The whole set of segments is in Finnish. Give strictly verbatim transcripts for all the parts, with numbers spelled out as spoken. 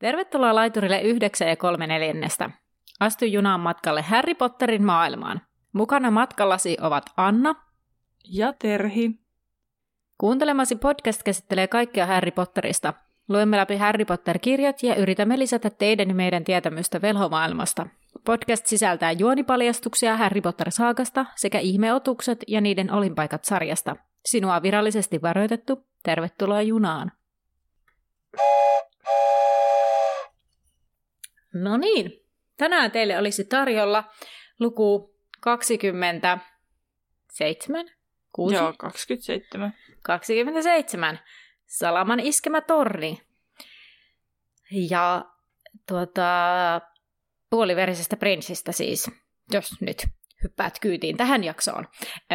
Tervetuloa laiturille yhdeksän ja kolme neljännestä. Astu junaan matkalle Harry Potterin maailmaan. Mukana matkallasi ovat Anna ja Terhi. Kuuntelemasi podcast käsittelee kaikkea Harry Potterista. Luemme läpi Harry Potter-kirjat ja yritämme lisätä teidän ja meidän tietämystä velhomaailmasta. Podcast sisältää juonipaljastuksia Harry Potter-saakasta sekä ihmeotukset ja niiden olinpaikat sarjasta. Sinua on virallisesti varoitettu. Tervetuloa junaan. No niin, tänään teille olisi tarjolla luku kaksikymmentäseitsemän? kuusi? Joo, kaksikymmentäseitsemän. kaksikymmentäseitsemän. Salaman iskemä torni. Ja tuota, puoliverisestä prinssistä siis, jos nyt hyppäät kyytiin tähän jaksoon.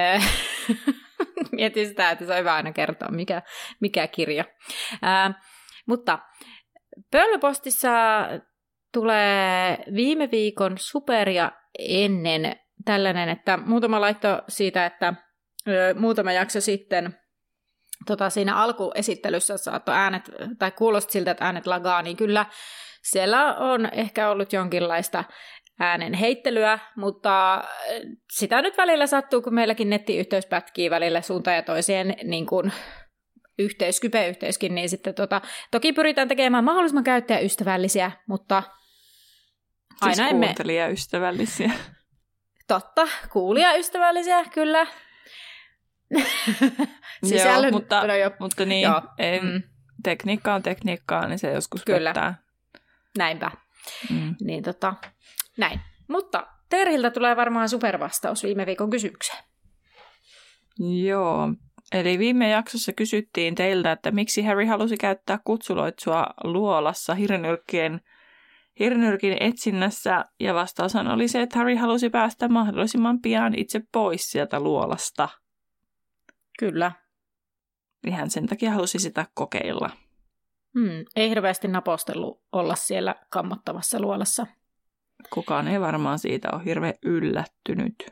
Mietin sitä, että se on hyvä aina kertoa, mikä, mikä kirja. Ää, mutta Pöllöpostissa tulee viime viikon superia ennen tällainen, että muutama laitto siitä, että ö, muutama jakso sitten tota, siinä alkuesittelyssä saattoi äänet, tai kuulosti siltä, että äänet lagaa, niin kyllä siellä on ehkä ollut jonkinlaista äänen heittelyä, mutta sitä nyt välillä sattuu, kun meilläkin nettiyhteys pätkii välillä suuntaan ja toiseen niin kuin yhteys, kypeyhteyskin, niin sitten tota, toki pyritään tekemään mahdollisimman käyttäjäystävällisiä, mutta aina siis emme... kuuntelijaystävällisiä. Totta, kuulijaystävällisiä, kyllä. Sisällön... Joo, mutta, no jo. mutta niin, Joo. Ei, mm. tekniikka on tekniikkaa, niin se joskus kyllä. pettää. Näinpä. Mm. Niin tota, näin. Mutta Terhiltä tulee varmaan supervastaus viime viikon kysymykseen. Joo. Eli viime jaksossa kysyttiin teiltä, että miksi Harry halusi käyttää kutsuloitsua luolassa hirnyrkkien, hirnyrkin etsinnässä, ja vastaushan oli se, että Harry halusi päästä mahdollisimman pian itse pois sieltä luolasta. Kyllä. Ja hän sen takia halusi sitä kokeilla. Hmm, ei hirveästi napostellut olla siellä kammottavassa luolassa. Kukaan ei varmaan siitä ole hirveän yllättynyt.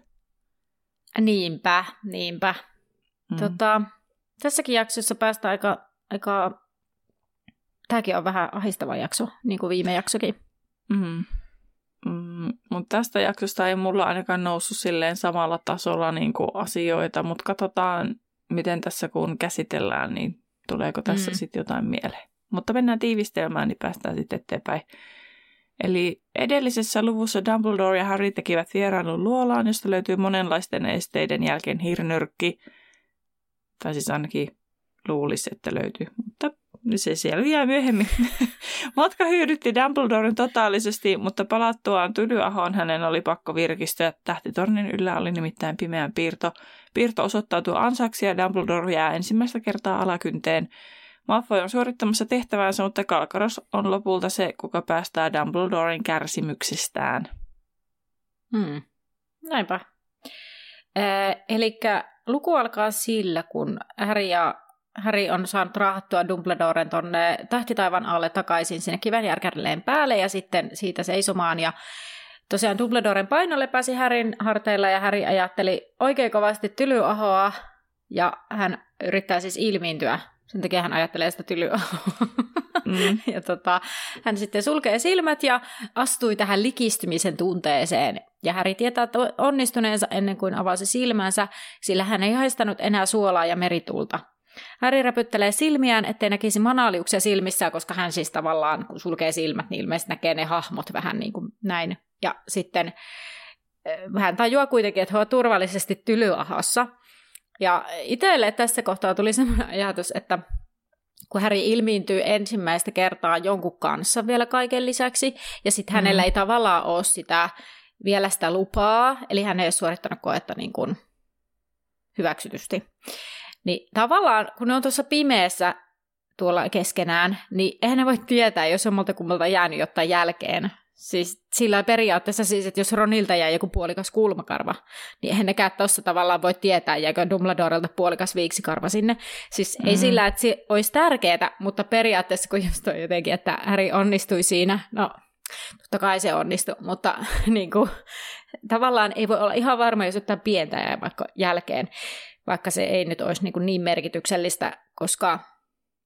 Niinpä, niinpä. Mm. Tota, tässäkin jaksossa päästään aika, aika... Tämäkin on vähän ahistava jakso, niin kuin viime jaksokin. Mm. Mm, mutta tästä jaksosta ei mulla ainakaan noussut silleen samalla tasolla niin kuin asioita, mutta katsotaan, miten tässä kun käsitellään, niin tuleeko tässä mm. sitten jotain mieleen. Mutta mennään tiivistelmään, niin päästään sitten eteenpäin. Eli edellisessä luvussa Dumbledore ja Harry tekivät vierailun luolaan, josta löytyy monenlaisten esteiden jälkeen hirnyrkki. Tai siis ainakin luulisi, että löytyy, mutta se selviää myöhemmin. Matka hyödytti Dumbledoren totaalisesti, mutta palattuaan Tylyahoon hänen oli pakko virkistyä. Tähtitornin yllä oli nimittäin pimeän piirto. Piirto osoittautuu ansaksi ja Dumbledore jää ensimmäistä kertaa alakynteen. Malfoy on suorittamassa tehtäväänsä, mutta Kalkaros on lopulta se, kuka päästää Dumbledoren kärsimyksistään. Hmm. Näinpä. Äh, elikkä luku alkaa sillä, kun Harry, ja, Harry on saanut raahattua Dumbledoren tonne tähtitaivaan alle takaisin sinne kivenjärkärleen päälle ja sitten siitä seisomaan. Ja tosiaan Dumbledoren painolle pääsi Harryn harteilla ja Harry ajatteli oikein kovasti Tylyahoa ja hän yrittää siis ilmiintyä. Sen takia hän ajattelee sitä Tylyahoa. Mm. Ja tota, hän sitten sulkee silmät ja astui tähän likistymisen tunteeseen. Ja Harry tietää onnistuneensa ennen kuin avasi silmänsä, sillä hän ei haistanut enää suolaa ja meritulta. Harry räpyttelee silmiään, ettei näkisi manaaliuksia silmissään, koska hän siis tavallaan, kun sulkee silmät, niin ilmeisesti näkee ne hahmot vähän niin kuin näin. Ja sitten hän tajuaa kuitenkin, että he ovat turvallisesti Tylyahossa. Ja itselle tässä kohtaa tuli sellainen ajatus, että kun Harry ilmiintyy ensimmäistä kertaa jonkun kanssa vielä kaiken lisäksi, ja sitten mm. hänellä ei tavallaan ole sitä, vielä sitä lupaa, eli hän ei ole suorittanut koetta niin kuin hyväksytysti. Niin tavallaan, kun ne on tuossa pimeässä tuolla keskenään, niin eihän ne voi tietää, jos on multa kummalta jäänyt jotain jälkeen. Siis sillä periaatteessa siis, että jos Ronilta jää joku puolikas kulmakarva, niin eihän nekään tuossa tavallaan voi tietää, jääkö Dumbledorelta puolikas viiksikarva sinne. Siis mm-hmm. ei sillä, että se olisi tärkeää, mutta periaatteessa kun just on jotenkin, että Harry onnistui siinä, no totta kai se onnistui, mutta niin kuin, tavallaan ei voi olla ihan varma, jos jotain pientä jää vaikka jälkeen, vaikka se ei nyt olisi niin, kuin niin merkityksellistä, koska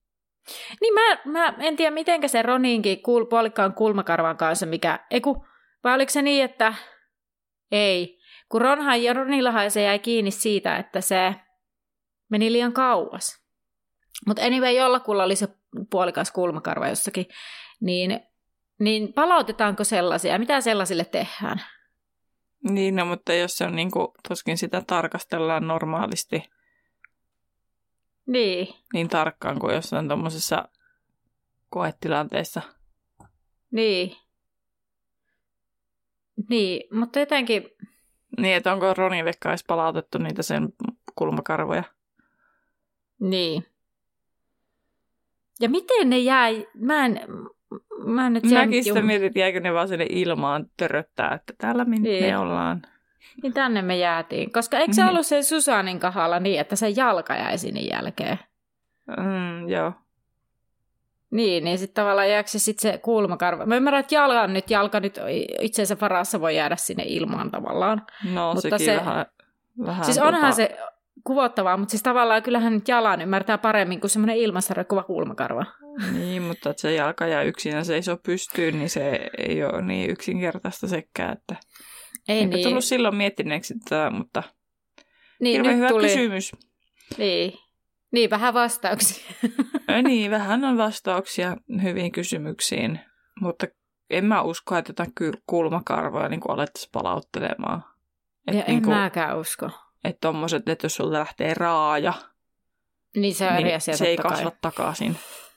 Niin mä, mä en tiedä, mitenkä se Roninkin kuul, puolikkaan kulmakarvan kanssa, mikä, eiku, vai oliko se niin, että ei, kun Ronhan ja Ronillahan se jäi kiinni siitä, että se meni liian kauas. Mutta anyway, jollakulla oli se puolikas kulmakarva jossakin, niin, niin palautetaanko sellaisia? Mitä sellaisille tehdään? Niin, no, mutta jos se on niin kuin, tuskin sitä tarkastellaan normaalisti niin, niin tarkkaan kuin jossain tuommoisessa koetilanteessa. Niin. Niin, mutta jotenkin... Niin, että onko Ronille edes palautettu niitä sen kulmakarvoja? Niin. Ja miten ne jäi? Mä en... Mä en nyt Mäkin sitä mietin, että jäikö ne vaan sinne ilmaan töröttää, että täällä me, niin. me ollaan. Niin tänne me jäätiin. Koska eikö se ollut sen Susanin kohdalla niin, että se jalka jäi sinne jälkeen? Mm, joo. Niin, niin sitten tavallaan jääkö se sitten se kulmakarva. Mä ymmärrän, että jalka nyt, jalka nyt itseensä varassa voi jäädä sinne ilmaan tavallaan. No mutta sekin se, vähän, vähän... Siis onhan tota... se kuvottavaa, mutta siis tavallaan kyllähän nyt jalan ymmärtää paremmin kuin semmoinen ilmassa roikkuva kulmakarva. Niin, mutta että se jalka jää yksinä seisoo pystyyn, niin se ei ole niin yksinkertaista sekään, että... Ei Eipä niin. tullut silloin miettineeksi tätä, mutta niin, hirveän hyvä tuli... kysymys. Niin. Niin, vähän vastauksia. Niin, vähän on vastauksia hyviin kysymyksiin, mutta en mä usko, että jotain kulmakarvoja niin alettaisiin palauttelemaan. Et ja niin en kuin, mäkään usko. Että tommoset, että jos sulla lähtee raaja, niin se, on niin eri asia, se ei kasva takaisin.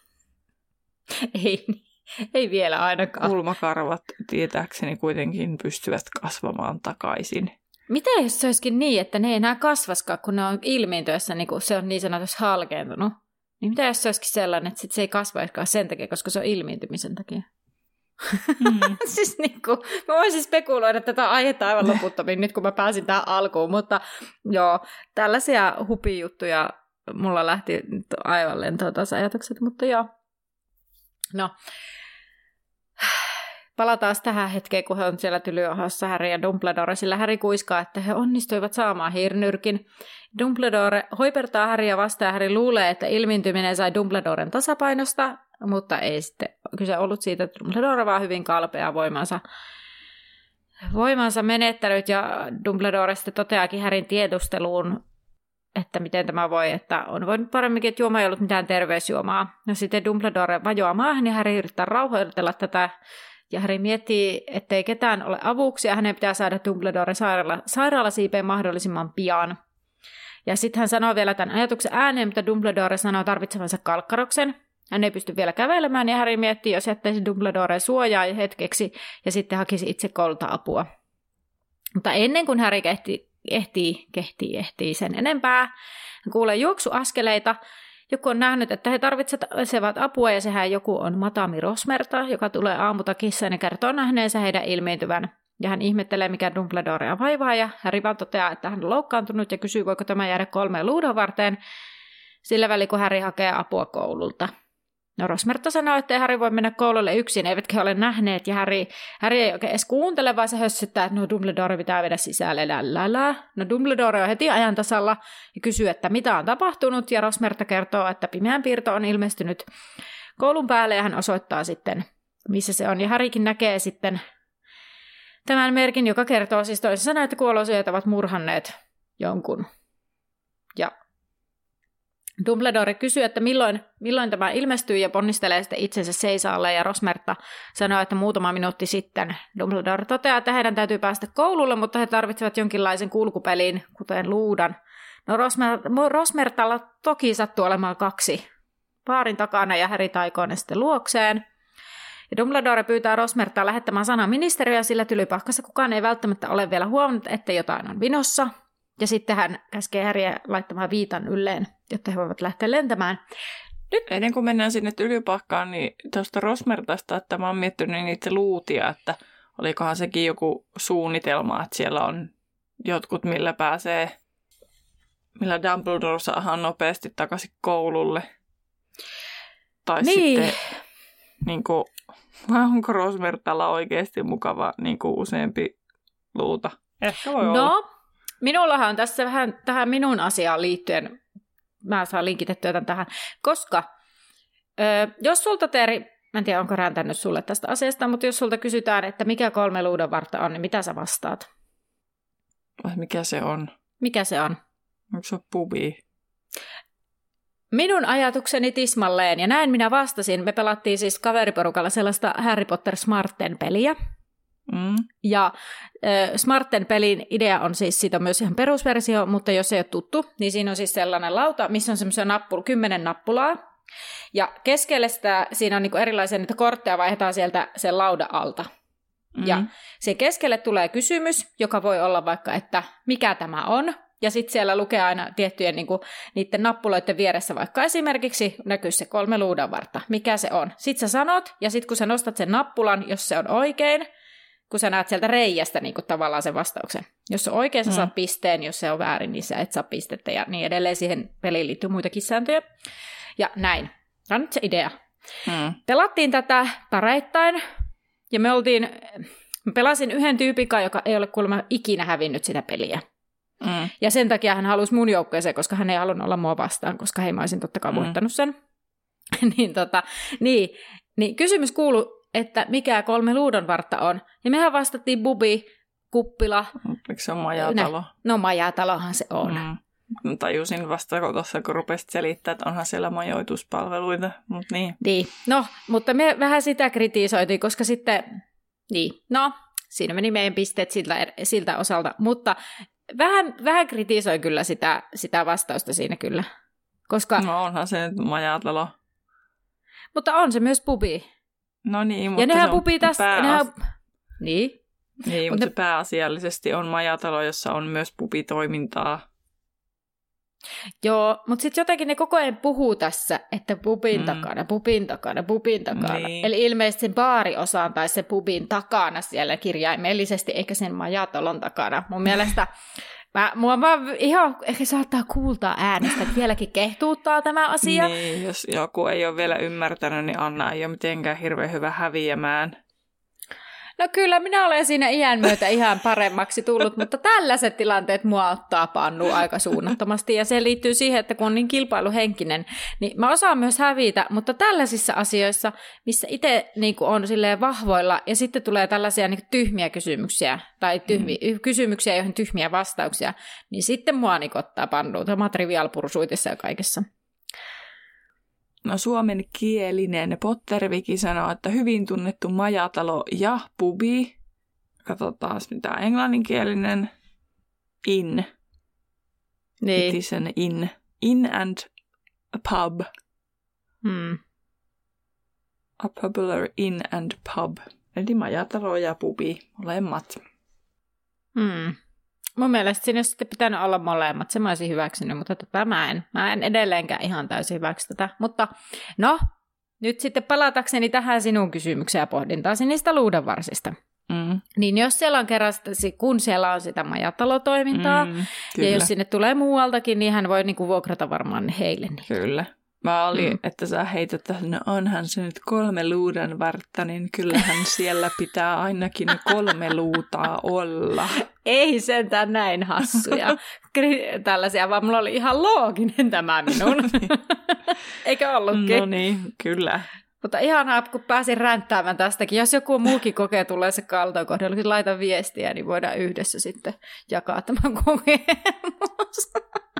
Ei, ei vielä ainakaan. Kulmakarvat tietääkseni kuitenkin pystyvät kasvamaan takaisin. Mitä jos se olisikin niin, että ne ei enää kasvaskaan, kun ne on ilmiintyessä, niin kun se on niin sanotusti halkeentunut? Niin mitä jos se olisikin sellainen, että sit se ei kasvaiskaan sen takia, koska se on ilmiintymisen takia? Mm. siis niin kuin, mä voisin spekuloida tätä aihetta aivan loputtomiin nyt, kun mä pääsin tähän alkuun, mutta joo, tällaisia hupijuttuja mulla lähti aivan lentoon taas ajatukset, mutta joo. No, palataan tähän hetkeen, kun he on siellä tylyohjassa Harry ja Dumbledore, sillä Harry kuiskaa, että he onnistuivat saamaan hiirinyrkin. Dumbledore hoipertaa Harrya vastaan ja Harry luulee, että ilmiintyminen sai Dumbledoren tasapainosta, mutta ei sitten kyse ollut siitä, että Dumbledore vaan hyvin kalpea voimansa, voimansa menettänyt ja Dumbledore sitten toteakin Harryn tiedusteluun, että miten tämä voi, että on voinut paremminkin, että juoma ei ollut mitään terveysjuomaa. No sitten Dumbledore vajoaa maahan ja Harry yrittää rauhoitella tätä. Ja Harry miettii, ettei ketään ole avuksi ja hänen pitää saada Dumbledore sairaala, sairaalasiipeen mahdollisimman pian. Ja sitten hän sanoo vielä tämän ajatuksen ääneen, mutta Dumbledore sanoo tarvitsevansa kalkkaroksen. Hän ei pysty vielä kävelemään ja Harry miettii, jos jättäisi Dumbledore suojaa hetkeksi ja sitten hakisi itse koulta apua. Mutta ennen kuin Harry ehtii, ehtii, kehtii, ehtii sen enempää, hän kuulee juoksuaskeleita. Joku on nähnyt, että he tarvitsevat apua ja sehän joku on Madame Rosmerta, joka tulee aamutakissaan ja kertoo nähneensä heidän ilmiintyvän. Ja hän ihmettelee, mikä Dumbledorea vaivaa ja Harry vaan toteaa, että hän on loukkaantunut ja kysyy, voiko tämä jäädä kolmeen luudon varteen sillä välin, kun Harry hakee apua koululta. No Rosmerta sanoo, että ei Harry voi mennä koululle yksin, eivätkä ole nähneet, ja Harry, Harry ei oikein edes kuuntele, vaan se hössyttää, että no Dumbledore pitää vedä sisälle, lällällä. No Dumbledore on heti ajan tasalla ja kysyy, että mitä on tapahtunut, ja Rosmerta kertoo, että pimeän piirto on ilmestynyt koulun päälle, ja hän osoittaa sitten, missä se on, ja Harrykin näkee sitten tämän merkin, joka kertoo siis toisin sanoen, että kuolosyöt ovat murhanneet jonkun. Ja Dumbledore kysyy, että milloin, milloin tämä ilmestyy ja ponnistelee sitten itsensä seisaalle ja Rosmerta sanoo, että muutama minuutti sitten. Dumbledore toteaa, että heidän täytyy päästä koululle, mutta he tarvitsevat jonkinlaisen kulkupelin, kuten luudan. No Rosmer, Rosmertalla toki sattuu olemaan kaksi paarin takana ja Harry taikoo ne sitten luokseen. Ja Dumbledore pyytää Rosmertaa lähettämään sanan ministeriöön, sillä Tylypahkassa kukaan ei välttämättä ole vielä huomannut, että jotain on vinossa. Ja sitten hän käskee Harryä laittamaan viitan ylleen, jotta he voivat lähteä lentämään. Nyt. Ennen kuin mennään sinne Tylypahkaan, niin tuosta Rosmertasta, että mä oon miettinyt niitä luutia, että olikohan sekin joku suunnitelma, että siellä on jotkut, millä pääsee, millä Dumbledore saadaan nopeasti takaisin koululle. Tai niin. sitten, niin kuin, vai onko Rosmertalla oikeasti mukava niin kuin useampi luuta? Ehkä voi no. olla. Minullahan on tässä vähän tähän minun asiaan liittyen, mä saan linkitettyä tämän tähän, koska Öö, jos sulta, Teeri, mä en tiedä, onko räntänyt sulle tästä asiasta, mutta jos sulta kysytään, että mikä kolme luudonvartta on, niin mitä sä vastaat? Mikä se on? Mikä se on? Onko se pubi? Minun ajatukseni tismalleen, ja näin minä vastasin. Me pelattiin siis kaveriporukalla sellaista Harry Potter Smarten-peliä. Mm. Ja äh, Smarten-pelin idea on siis, siitä on myös ihan perusversio, mutta jos ei ole tuttu, niin siinä on siis sellainen lauta, missä on semmoisia nappul- kymmenen nappulaa. Ja keskelle sitä, siinä on niinku erilaisia niitä kortteja, vaihdetaan sieltä sen laudan alta. Mm. Ja sen keskelle tulee kysymys, joka voi olla vaikka, että mikä tämä on. Ja sitten siellä lukee aina tiettyjen niinku, niiden nappuloiden vieressä vaikka esimerkiksi näkyy se kolme luudanvartta. Mikä se on? Sitten sä sanot, ja sitten kun sä nostat sen nappulan, jos se on oikein, kun sä näet sieltä reiästä niinku, tavallaan sen vastauksen. Jos se on oikein, sä mm. saat pisteen, jos se on väärin, niin sä et saa pistettä. Ja niin edelleen siihen peliin liittyy muitakin sääntöjä. Ja näin. Tämä on nyt se idea. Mm. Pelattiin tätä pareittain, ja me oltiin, mä pelasin yhden tyypin kanssa, joka ei ole kuulemma ikinä hävinnyt sitä peliä. Mm. Ja sen takia hän halusi mun joukkueeseen, koska hän ei halunnut olla mua vastaan, koska hei, mä olisin totta kai voittanut mm. sen. niin, tota, niin, niin kysymys kuului, että mikä kolme luudonvartta on. Ja mehän vastattiin Bubi, Kuppila. Eikö se on majatalo? Nä. No majatalohan se on. Mm. Tajusin vasta tuossa, kun rupesit selittämään, että onhan siellä majoituspalveluita. Mut niin. niin. No, mutta me vähän sitä kritisoitiin, koska sitten, niin, no, siinä meni meidän pisteet siltä, siltä osalta, mutta Vähän, vähän kritisoi kyllä sitä, sitä vastausta siinä kyllä. Koska, no onhan se nyt majatalo. Mutta on se myös pubi. No niin, mutta ja nehän se on pubi tästä, pääas... nehän... Niin. Niin, mutta ne... se pääasiallisesti on majatalo, jossa on myös pubitoimintaa. Joo, mutta sitten jotenkin ne koko ajan puhuu tässä, että pubin mm. takana, pubin takana, pubin takana. Niin. Eli ilmeisesti sen baariosaan tai se pubin takana siellä kirjaimellisesti, eikä sen majatalon takana. Mun mielestä, mä, mua vaan ihan ehkä saattaa kuultaa äänestä, että vieläkin kehtuuttaa tämä asia. Niin, jos joku ei ole vielä ymmärtänyt, niin Anna ei ole mitenkään hirveän hyvä häviämään. No kyllä, minä olen siinä iän myötä ihan paremmaksi tullut, mutta tällaiset tilanteet mua ottaa pannu aika suunnattomasti. Ja se liittyy siihen, että kun on niin kilpailuhenkinen, niin mä osaan myös hävitä, mutta tällaisissa asioissa, missä itse niin kuin on silleen vahvoilla, ja sitten tulee tällaisia niin kuin tyhmiä kysymyksiä, tai tyhmi, mm. kysymyksiä, joihin tyhmiä vastauksia, niin sitten mua niin ottaa pannu, tämä Trivial Pursuitissa ja kaikessa. No suomenkielinen Potterviki sanoo, että hyvin tunnettu majatalo ja pubi. Katsotaan mitä englanninkielinen. In. Niin. It is an in. In and a pub. Hmm. A popular in and pub. Eli majatalo ja pubi, molemmat. Hmm. Mun mielestä siinä olisi sitten pitänyt olla molemmat, se mä olisin hyväksynyt, mutta tätä mä en. Mä en edelleenkään ihan täysin hyväksy tätä. Mutta no, nyt sitten palatakseni tähän sinun kysymykseen ja pohdintaasi niistä luudanvarsista. Mm. Niin jos siellä on kerran, kun siellä on sitä majatalotoimintaa, mm, ja jos sinne tulee muualtakin, niin hän voi niinku vuokrata varmaan heille. Niin. Kyllä. Mä olin, mm. että sä heität, että no onhan se nyt kolme luudanvartta, niin kyllähän siellä pitää ainakin kolme luutaa olla. Ei sentään näin hassuja tällaisia, vaan mulla oli ihan looginen tämä minun. Eikö ollutkin? No niin, kyllä. Mutta ihanaa, kun pääsin ränttäämään tästäkin. Jos joku muukin kokee tulee se kaltoinkohdalla, niin laita viestiä, niin voidaan yhdessä sitten jakaa tämän kokemus.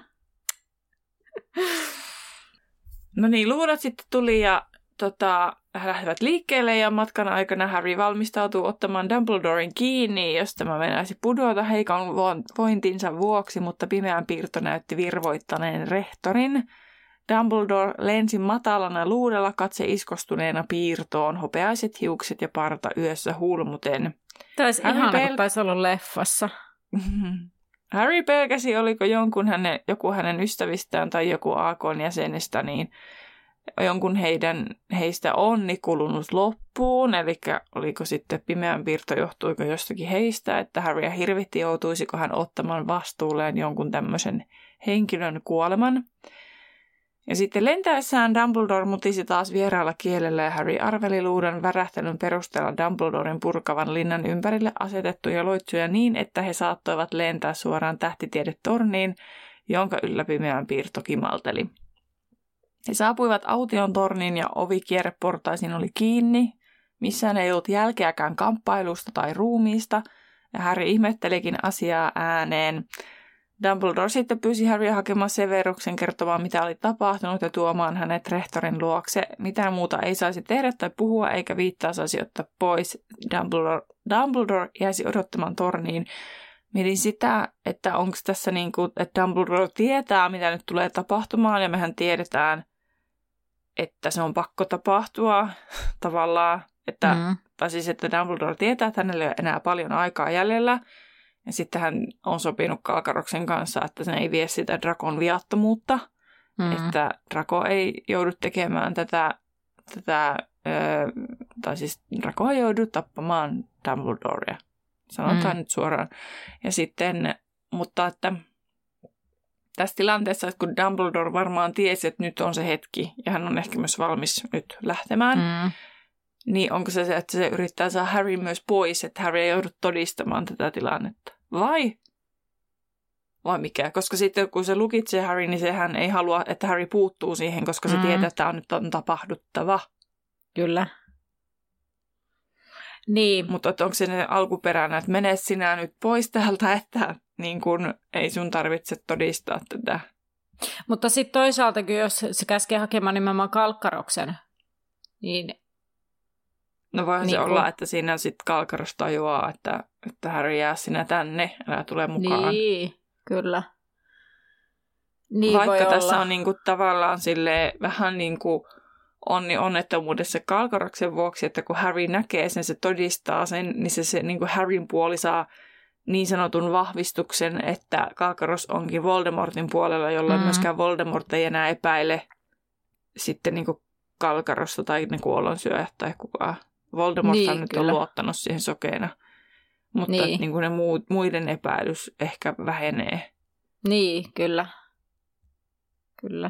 No niin, luudat sitten tuli ja tota, lähtivät liikkeelle ja matkan aikana Harry valmistautuu ottamaan Dumbledoren kiinni, jos tämä mennäisi pudota heikan vointinsa vuoksi, mutta pimeän piirto näytti virvoittaneen rehtorin. Dumbledore lensi matalana luudella, katse iskostuneena piirtoon, hopeaiset hiukset ja parta yössä hulmuten. Taisi ihana, pel- kun taisi ollut leffassa. Harry pelkäsi, oliko jonkun hänen, joku hänen ystävistään tai joku A K:n jäsenestä, niin jonkun heidän, heistä onni kulunut loppuun, eli oliko sitten pimeän piirto, johtuiko jostakin heistä, että Harrya hirvitti, joutuisiko hän ottamaan vastuulleen jonkun tämmöisen henkilön kuoleman. Ja sitten lentäessään Dumbledore mutisi taas vieraalla kielellä ja Harry arveli luudan värähtelyn perusteella Dumbledoren purkavan linnan ympärille asetettuja loitsuja niin, että he saattoivat lentää suoraan tähtitiedetorniin, jonka yllä pimeän piirto kimalteli. He saapuivat Aution torniin ja ovi kierreportaisiin oli kiinni. Missään ei ollut jälkeäkään kamppailusta tai ruumiista, ja Harry ihmettelikin asiaa ääneen. Dumbledore sitten pyysi Harrya hakemaan Severuksen kertomaan, mitä oli tapahtunut, ja tuomaan hänet rehtorin luokse. Mitään muuta ei saisi tehdä tai puhua, eikä viittaa saisi ottaa pois. Dumbledore, Dumbledore jäisi odottamaan torniin. Mietin sitä, että onko tässä niin kuin, että Dumbledore tietää, mitä nyt tulee tapahtumaan, ja mehän tiedetään, että se on pakko tapahtua tavallaan. Että, mm. Tai siis, että Dumbledore tietää, että hänellä ei ole enää paljon aikaa jäljellä. Ja sitten hän on sopinut Kalkaroksen kanssa, että se ei vie sitä Drakon viattomuutta. Mm. Että Draco ei joudu tekemään tätä, tätä öö, tai siis Draco ei joudu tappamaan Dumbledorea. Sanotaan mm. nyt suoraan. Ja sitten, mutta että tässä tilanteessa, että kun Dumbledore varmaan tiesi, että nyt on se hetki, ja hän on ehkä myös valmis nyt lähtemään, mm. niin onko se se, että se yrittää saada Harry myös pois, että Harry ei joudu todistamaan tätä tilannetta? Vai? Vai mikä? Koska sitten kun se lukitsee Harry, niin sehän ei halua, että Harry puuttuu siihen, koska se mm. tietää, että on nyt on tapahduttava. Kyllä. Niin. Mutta onko se alkuperäinen, että mene sinä nyt pois täältä, että niin kun ei sun tarvitse todistaa tätä. Mutta sitten toisaaltakin, jos se käskee hakemaan nimenomaan Kalkkaroksen, niin... No voihan niin se kun... olla, että siinä sitten Kalkkaros tajuaa, että, että Harry jää sinä tänne, älä tule mukaan. Niin, kyllä. Niin Vaikka voi tässä olla. on niinku tavallaan silleen, vähän niin kuin onni onnettomuudessa Kalkkaroksen vuoksi, että kun Harry näkee sen, se todistaa sen, niin se, se niin kuin Harryn puoli saa niin sanotun vahvistuksen, että Kalkkaros onkin Voldemortin puolella, jolloin mm. myöskään Voldemort ei enää epäile sitten niin kuin Kalkkarosta tai niin kuin olonsyöjät tai kukaan. Voldemorthan niin, nyt kyllä. on luottanut siihen sokeena, mutta niin. niin kuin ne muut, muiden epäilys ehkä vähenee. Niin, kyllä. Kyllä.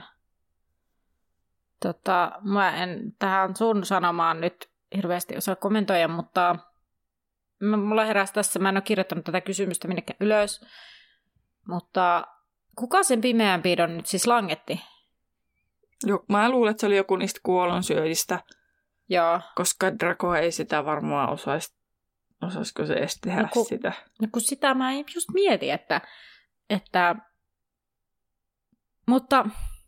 Tota, mä en tähän sun sanomaan nyt hirveästi osaa kommentoida, mutta mulla heräsi tässä, mä en ole kirjoittanut tätä kysymystä minnekään ylös, mutta kuka sen pimeän piidon nyt siis langetti? Jo, mä luulen, että se oli joku niistä kuolonsyöjistä, Joo. koska Draco ei sitä varmaan osaisi, osaisiko se edes tehdä no, kun, sitä. No kun sitä mä just mietin, että, että mutta...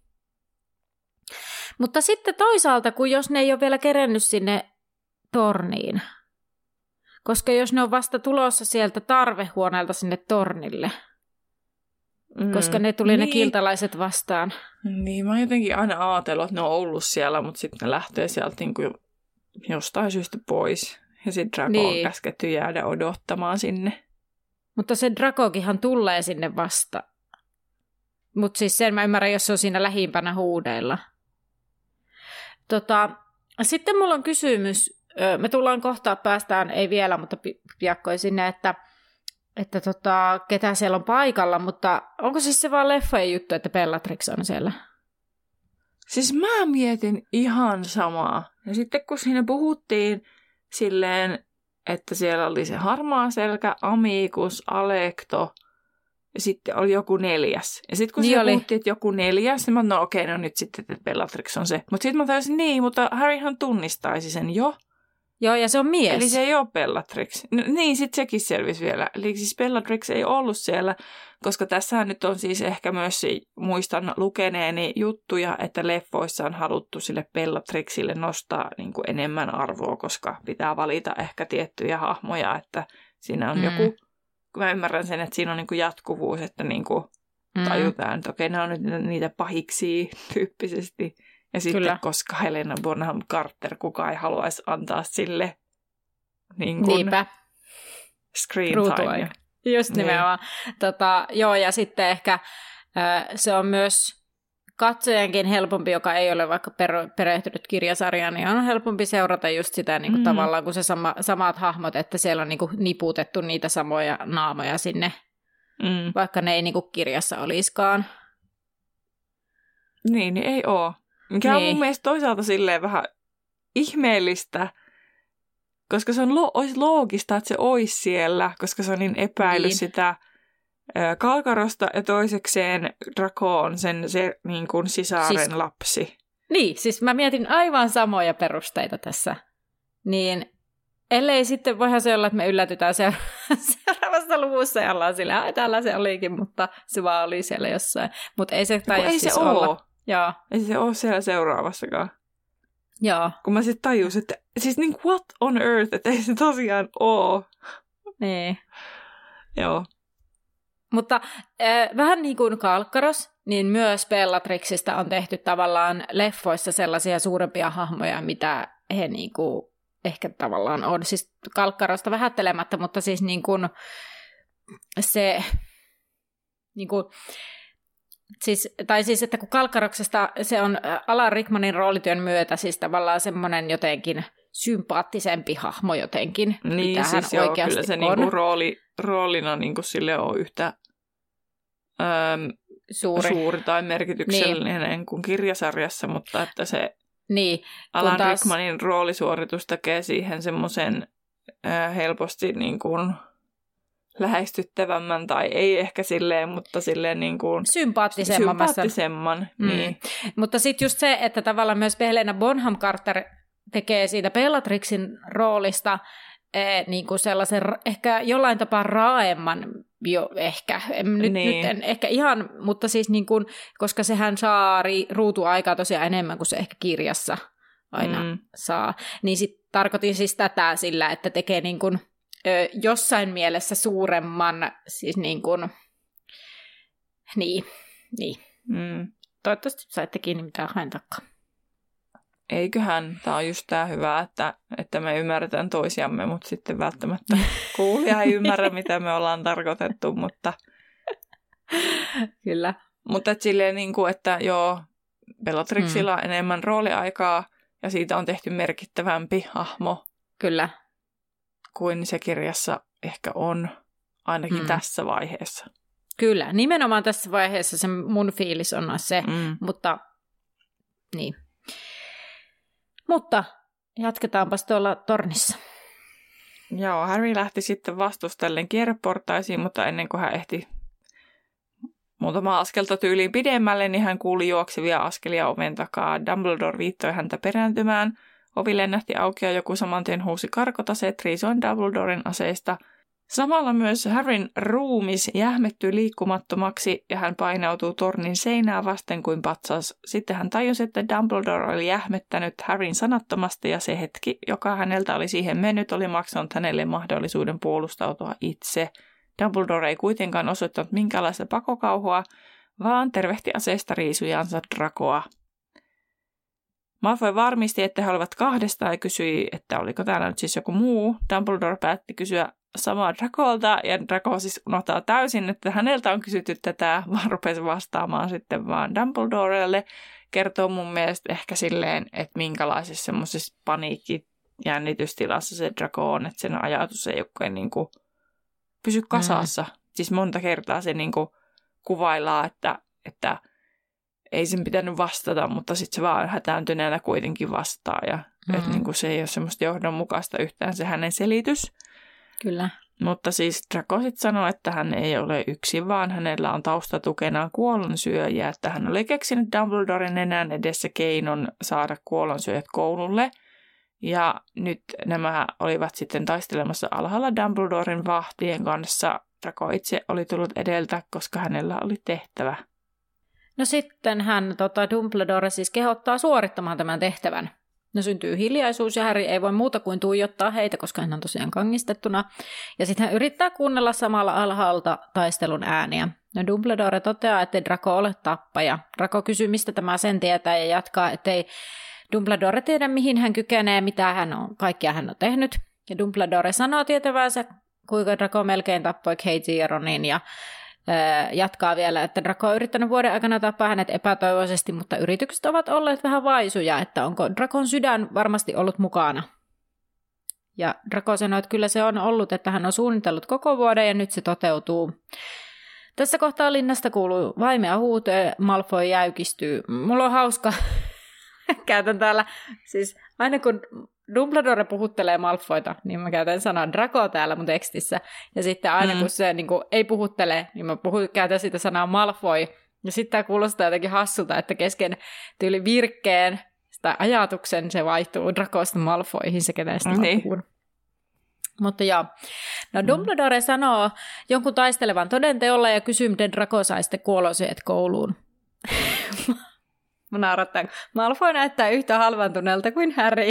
Mutta sitten toisaalta, kun jos ne ei ole vielä kerennyt sinne torniin, koska jos ne on vasta tulossa sieltä tarvehuoneelta sinne tornille, mm, koska ne tuli niin. ne kiltalaiset vastaan. Niin, mä oon jotenkin aina ajatellut, että ne on ollut siellä, mutta sitten ne lähtee sieltä niin kuin jostain syystä pois. Ja sitten Draco niin. on käsketty jäädä odottamaan sinne. Mutta se Dracokinhan tulee sinne vasta. Mutta siis sen mä ymmärrän, jos se on siinä lähimpänä huudeilla. Tota, sitten mulla on kysymys, me tullaan kohta, päästään, ei vielä, mutta piakkoin sinne, että, että tota, ketä siellä on paikalla, mutta onko siis se vaan leffojen juttu, että Bellatrix on siellä? Siis mä mietin ihan samaa. Ja sitten kun siinä puhuttiin silleen, että siellä oli se harmaa selkä, Amicus, Alecto, ja sitten oli joku neljäs. Ja sitten kun niin siellä puhuttiin, että joku neljäs, niin mä no okei, no nyt sitten, että Bellatrix on se. Mutta sitten mä tajusin, niin, mutta Harryhan tunnistaisi sen jo. Joo, ja se on mies. Eli se ei ole Bellatrix. No, niin, sitten sekin selvisi vielä. Eli siis Bellatrix ei ollut siellä, koska tässähän nyt on siis ehkä myös, muistan lukeneeni juttuja, että leffoissa on haluttu sille Bellatrixille nostaa niin kuin enemmän arvoa, koska pitää valita ehkä tiettyjä hahmoja, että siinä on mm. joku... Mä ymmärrän sen, että siinä on niinku jatkuvuus, että niinku tajutaan, että okei, nämä on nyt niitä pahiksi tyyppisesti. Ja sitten, Kyllä. koska Helena Bonham Carter, kukaan ei haluaisi antaa sille niin kuin screen time. Just nimenomaan. Niin. Tota, joo, ja sitten ehkä äh, se on myös katsojankin helpompi, joka ei ole vaikka per- perehtynyt kirjasarjaan, niin on helpompi seurata just sitä niin kuin mm. tavallaan kuin se sama, samat hahmot, että siellä on niin kuin niputettu niitä samoja naamoja sinne, mm. vaikka ne ei niin kuin kirjassa olisikaan. Niin, niin ei ole. Mikä niin. on mun mielestä toisaalta silleen vähän ihmeellistä, koska se on lo- olisi loogista, että se olisi siellä, koska se on niin epäily niin. sitä Kalkarosta ja toisekseen Draco on sen se, niin kuin sisaren siis, lapsi. Niin, siis mä mietin aivan samoja perusteita tässä. Niin ellei sitten voihan se olla, että me yllätytään seuraavassa luvussa ja ollaan sillä, ai täällä se olikin, mutta se vaan oli siellä jossain. Mutta ei se taida ei siis se olla. Oo. Joo. Ei se ole siellä seuraavassakaan. Joo. Kun mä sitten tajusin, että siis niin what on earth, että ei se tosiaan oo. Niin. Joo. Mutta äh, vähän niin kuin Kalkkaros, niin myös Bellatrixista on tehty tavallaan leffoissa sellaisia suurempia hahmoja, mitä he niin kuin ehkä tavallaan on. Siis Kalkkarosta vähättelemättä, mutta siis niin kuin se... Niin kuin, siis, tai siis, että kun Kalkkaroksesta se on Alan Rickmanin roolityön myötä siis tavallaan semmoinen jotenkin sympaattisempi hahmo jotenkin, niin, mitä siis hän joo, oikeasti kyllä se on. niinku rooli, roolina niinku sille on yhtä äm, suuri. suuri tai merkityksellinen niin. kuin kirjasarjassa, mutta että se niin, Alan taas... Rickmanin roolisuoritus tekee siihen semmoisen äh, helposti niin kuin lähestyttävämmän, tai ei ehkä silleen, mutta silleen niin kuin sympaattisemman. sympaattisemman mm. niin. Mutta sitten just se, että tavallaan myös Helena Bonham Carter tekee siitä Bellatrixin roolista eh, niin kuin sellaisen ehkä jollain tapaa raaemman jo ehkä. En, nyt, niin. nyt en ehkä ihan, mutta siis niin kuin, koska sehän saa ri, ruutuaikaa tosiaan enemmän kuin se ehkä kirjassa aina mm. saa. Niin sitten tarkoitin siis tätä sillä, että tekee niin kuin Ö, jossain mielessä suuremman, siis niin kuin, niin, niin. Mm. Toivottavasti saitte kiinni mitään hain takaa. Eiköhän, tämä on just tämä hyvä, että, että me ymmärretään toisiamme, mutta sitten välttämättä kuulija ei ymmärrä, mitä me ollaan tarkoitettu, mutta... Kyllä. Mutta et silleen niin kuin, että joo, Bellatrixilla on mm. enemmän rooliaikaa, ja siitä on tehty merkittävämpi hahmo. Kyllä. Kuin se kirjassa ehkä on, ainakin mm. tässä vaiheessa. Kyllä, nimenomaan tässä vaiheessa se mun fiilis on se, mm. mutta niin. Mutta jatketaanpas tuolla tornissa. Joo, Harry lähti sitten vastustellen kierreportaisiin, mutta ennen kuin hän ehti muutama askelta tyyliin pidemmälle, niin hän kuuli juoksevia askelia oven takaa. Dumbledore viittoi häntä perääntymään. Ovi lennähti auki ja joku samantien huusi karkota Cetri on Dumbledoren aseista. Samalla myös Harryn ruumis jähmettyi liikkumattomaksi ja hän painautuu tornin seinää vasten kuin patsas. Sitten hän tajusi, että Dumbledore oli jähmettänyt Harryn sanattomasti ja se hetki, joka häneltä oli siihen mennyt, oli maksanut hänelle mahdollisuuden puolustautua itse. Dumbledore ei kuitenkaan osoittanut minkäänlaista pakokauhua, vaan tervehti aseesta riisujansa Dracoa. Malfoy varmisti, että he olivat kahdestaan ja kysyi, että oliko täällä nyt siis joku muu. Dumbledore päätti kysyä samaa Dracolta ja Draco siis unohtaa täysin, että häneltä on kysytty tätä, vaan rupesi vastaamaan sitten vaan Dumbledorelle. Kertoo mun mielestä ehkä silleen, että minkälaisessa semmoisessa paniikkijännitystilassa se Draco on, että sen ajatus ei oikein niin kuin pysy kasassa. Mm. Siis monta kertaa se niin kuin kuvaillaan, että, että ei sen pitänyt vastata, mutta sitten se vaan hätääntyneenä kuitenkin vastaa. Ja mm. että niin kuin se ei ole semmoista johdonmukaista yhtään se hänen selitys. Kyllä. Mutta siis Draco sitten sanoi, että hän ei ole yksin, vaan hänellä on taustatukenaan kuollonsyöjiä. Että hän oli keksinyt Dumbledoren nenän edessä keinon saada kuollonsyöjät koululle. Ja nyt nämä olivat sitten taistelemassa alhaalla Dumbledoren vahtien kanssa. Draco itse oli tullut edeltä, koska hänellä oli tehtävä. No sitten hän, tota, Dumbledore siis kehottaa suorittamaan tämän tehtävän. No syntyy hiljaisuus ja Harry ei voi muuta kuin tuijottaa heitä, koska hän on tosiaan kangistettuna. Ja sitten hän yrittää kuunnella samalla alhaalta taistelun ääniä. No Dumbledore toteaa, ettei Draco ole tappaja. Draco kysyy, mistä tämä sen tietää ja jatkaa, ettei Dumbledore tiedä, mihin hän kykenee, mitä hän on, kaikkia hän on tehnyt. Ja Dumbledore sanoo tietävänsä, kuinka Draco melkein tappoi Katie ja Ronin ja jatkaa vielä, että Draco on yrittänyt vuoden aikana tappaa hänet epätoivoisesti, mutta yritykset ovat olleet vähän vaisuja, että onko Dracon sydän varmasti ollut mukana. Ja Draco sanoi, että kyllä se on ollut, että hän on suunnitellut koko vuoden ja nyt se toteutuu. Tässä kohtaa linnasta kuuluu vaimea huuto ja Malfoy jäykistyy. Mulla on hauska. Käytän täällä, siis aina kun Dumbledore puhuttelee Malfoyta, niin mä käytän sanaa Draco täällä mun tekstissä. Ja sitten aina mm. kun se niin kuin, ei puhuttele, niin mä puhun, käytän sitä sanaa Malfoy. Ja sitten tämä kuulostaa jotenkin hassulta, että kesken tyyli virkkeen tai ajatuksen se vaihtuu Dracosta Malfoyhin se, kenestä mä niin. puhun. Mutta joo. No Dumbledore mm. sanoo jonkun taistelevan todenteolla ja kysyy, miten Draco sai sitten kuolosyöt kouluun. Mä naurattan. Malfoy näyttää yhtä halvaantuneelta kuin Harry.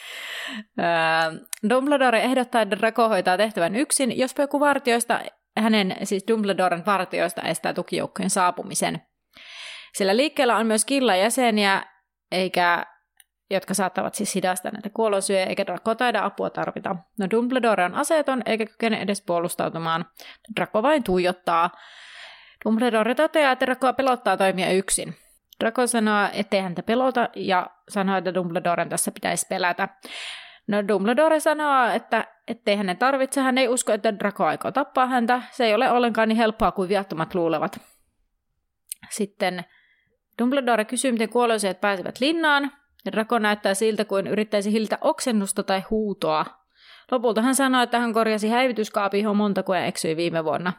Dumbledore ehdottaa, että Draco hoitaa tehtävän yksin, jos joku vartioista, hänen siis Dumbledoren vartioista estää tukijoukkojen saapumisen. Sillä liikkeellä on myös killan jäseniä, eikä, jotka saattavat siis hidastaa näitä kuolosyöjä, eikä Draco taida apua tarvita. No Dumbledore on aseeton, eikä kykene edes puolustautumaan. Draco vain tuijottaa. Dumbledore toteaa, että Dracoa pelottaa toimia yksin. Draco sanoo, ettei häntä pelota, ja sanoo, että Dumbledoren tässä pitäisi pelätä. No Dumbledore sanoo, että ettei hänen tarvitse, hän ei usko, että Draco aikoo tappaa häntä. Se ei ole ollenkaan niin helppoa kuin viattomat luulevat. Sitten Dumbledore kysyy, miten kuoloiset pääsevät linnaan, ja Draco näyttää siltä, kuin yrittäisi hillitä oksennusta tai huutoa. Lopulta hän sanoi, että hän korjasi häivytyskaapin, johon Montague eksyi viime vuonna.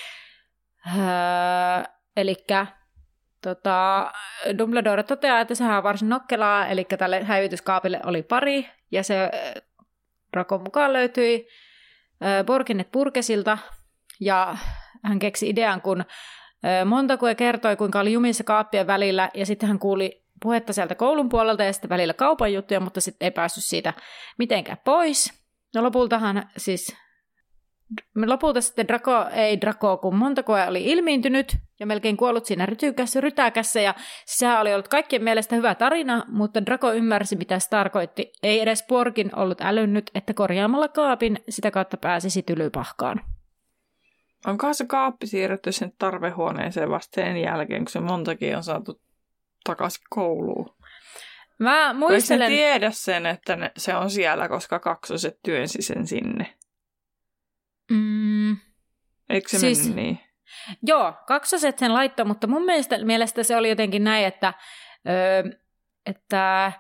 Öö, elikkä tota, Dumbledore toteaa, että sehän on varsin nokkelaa, eli tälle häivytyskaapille oli pari, ja se Dracon mukaan löytyi öö, Borginnet Burgesilta, ja hän keksi idean, kun öö, Montague kertoi, kuinka oli jumissa kaappien välillä, ja sitten hän kuuli puhetta sieltä koulun puolelta, ja sitten välillä kaupan juttuja, mutta sitten ei päässyt siitä mitenkään pois. No lopultahan siis, lopulta sitten Draco, ei Draco, kun Montague oli ilmiintynyt ja melkein kuollut siinä rytykässä, rytäkässä, ja sehän oli ollut kaikkien mielestä hyvä tarina, mutta Draco ymmärsi, mitä se tarkoitti. Ei edes Borgin ollut älynnyt, että korjaamalla kaapin sitä kautta pääsisi Tylypahkaan. Onkohan se kaappi siirretty sen tarvehuoneeseen vasta sen jälkeen, kun se Montague on saatu takaisin kouluun? Mä muistelen... Eikö tiedä sen, että ne, se on siellä, koska kaksoset työnsi sen sinne? Mm, Eikö se siis, mennyt niin? Joo, kaksoset sen laittoi, mutta mun mielestä, mielestä se oli jotenkin näin, että, öö, että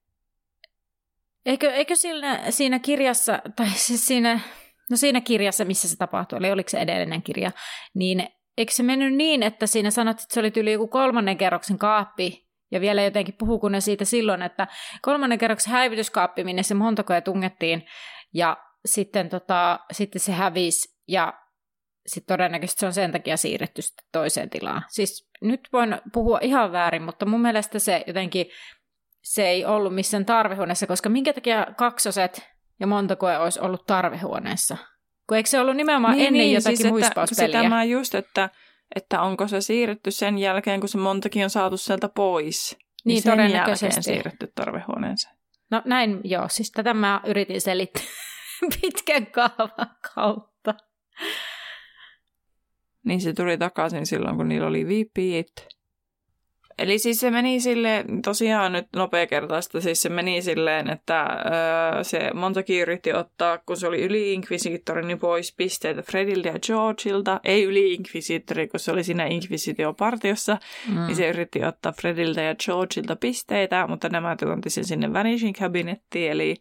eikö, eikö siinä, siinä kirjassa, tai siis siinä, no siinä kirjassa, missä se tapahtui, eli oliko se edellinen kirja, niin eikö se mennyt niin, että siinä sanottiin, että se oli yli joku kolmannen kerroksen kaappi, ja vielä jotenkin puhuiko ne siitä silloin, että kolmannen kerroksen häivytyskaappi, minne se Montague tungettiin, ja sitten, tota, sitten se hävisi, ja sitten todennäköisesti se on sen takia siirretty toiseen tilaan. Siis nyt voin puhua ihan väärin, mutta mun mielestä se jotenkin, se ei ollut missään tarvehuoneessa, koska minkä takia kaksoset ja Montague olisi ollut tarvehuoneessa? Kun eikö se ollut nimenomaan niin, ennen niin, jotakin siis huispauspeliä? Sitä mä just, että, että onko se siirretty sen jälkeen, kun se Montague on saatu sieltä pois. Niin, niin sen todennäköisesti. Jälkeen siirretty tarvehuoneeseen. No näin, joo. Siis tätä mä yritin selittää pitkän kaavan kautta. Niin se tuli takaisin silloin, kun niillä oli vipit. Eli siis se meni silleen, tosiaan nyt nopeakertaista, siis se meni silleen, että öö, se Montague yritti ottaa, kun se oli yli-inkvisiittori, niin pois pisteitä Frediltä ja Georgeilta. Ei yli-inkvisiittori, kun se oli siinä inkvisitiopartiossa, mm. niin se yritti ottaa Frediltä ja Georgeilta pisteitä, mutta nämä tuonti sen sinne Vanishing Cabinettiin, eli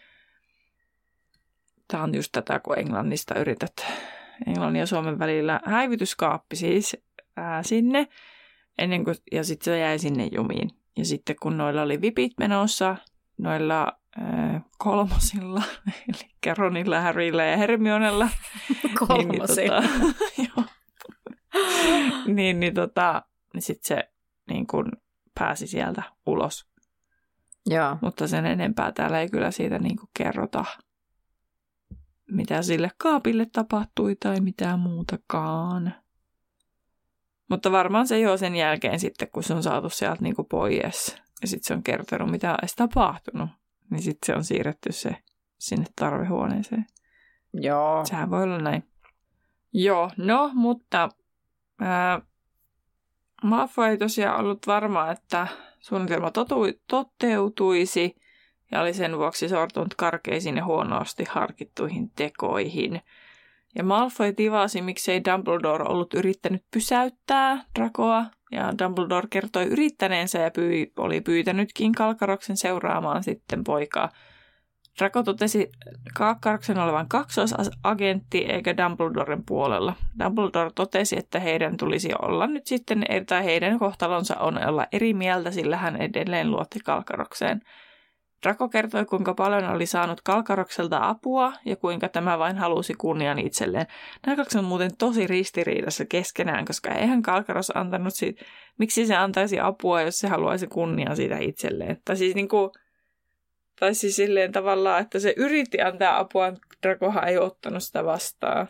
tämä on just tätä, kun Englannista yrität, Englannin ja Suomen välillä häivytyskaappi siis ää, sinne, ennen kuin, ja sitten se jäi sinne jumiin. Ja sitten kun noilla oli vipit menossa, noilla ää, kolmosilla, eli Ronilla, Harryllä ja Hermionella. Kolmosilla. Niin, niin, tota, niin, niin, tota, niin sitten se niin kun pääsi sieltä ulos. Joo. Mutta sen enempää täällä ei kyllä siitä niin kuin kerrota, mitä sille kaapille tapahtui tai mitään muutakaan. Mutta varmaan se jo sen jälkeen sitten, kun se on saatu sieltä niin kuin pois ja sitten se on kertonut, mitä on edes tapahtunut, niin sitten se on siirretty se sinne tarvehuoneeseen. Joo. Sehän voi olla näin. Joo, no, mutta ää, Malfoy ei tosiaan ollut varma, että suunnitelma totui, toteutuisi ja oli sen vuoksi sortunut karkeisiin ja huonosti harkittuihin tekoihin. Ja Malfoy tivasi, miksei Dumbledore ollut yrittänyt pysäyttää Dracoa, ja Dumbledore kertoi yrittäneensä ja pyy- oli pyytänytkin Kalkaroksen seuraamaan sitten poikaa Draco totesi Kalkkaroksen olevan kaksoisagentti eikä Dumbledoren puolella. Dumbledore totesi, että heidän tulisi olla nyt sitten, tai heidän kohtalonsa on olla eri mieltä, sillä hän edelleen luotti Kalkkarokseen. Draco kertoi, kuinka paljon oli saanut Kalkkarokselta apua ja kuinka tämä vain halusi kunnian itselleen. Nämä kaksi on muuten tosi ristiriidassa keskenään, koska eihän Kalkkaros antanut siitä, miksi se antaisi apua, jos se haluaisi kunnian siitä itselleen. Tai siis, niin kuin, tai siis silleen tavallaan, että se yritti antaa apua, Dracohan ei ottanut sitä vastaan.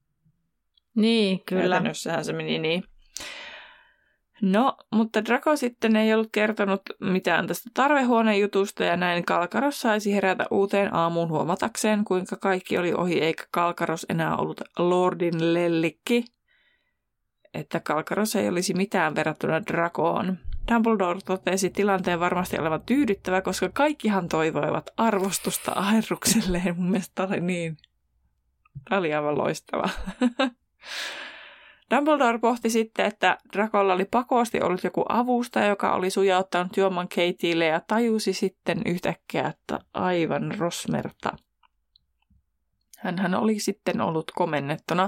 Niin, kyllä. Käytännössähän se meni niin. No, mutta Draco sitten ei ollut kertonut mitään tästä tarvehuonejutusta ja näin Kalkkaros saisi herätä uuteen aamuun huomatakseen, kuinka kaikki oli ohi eikä Kalkkaros enää ollut Lordin lellikki, että Kalkkaros ei olisi mitään verrattuna Dracoon. Dumbledore totesi tilanteen varmasti olevan tyydyttävä, koska kaikkihan toivoivat arvostusta aherrukselleen. Mun mielestä tämä oli niin, tämä oli aivan loistava. Dumbledore pohti sitten, että Dracolla oli pakosti ollut joku avustaja, joka oli sujauttanut juoman Kateille ja tajusi sitten yhtäkkiä, että aivan Rosmerta. Hänhän oli sitten ollut komennettuna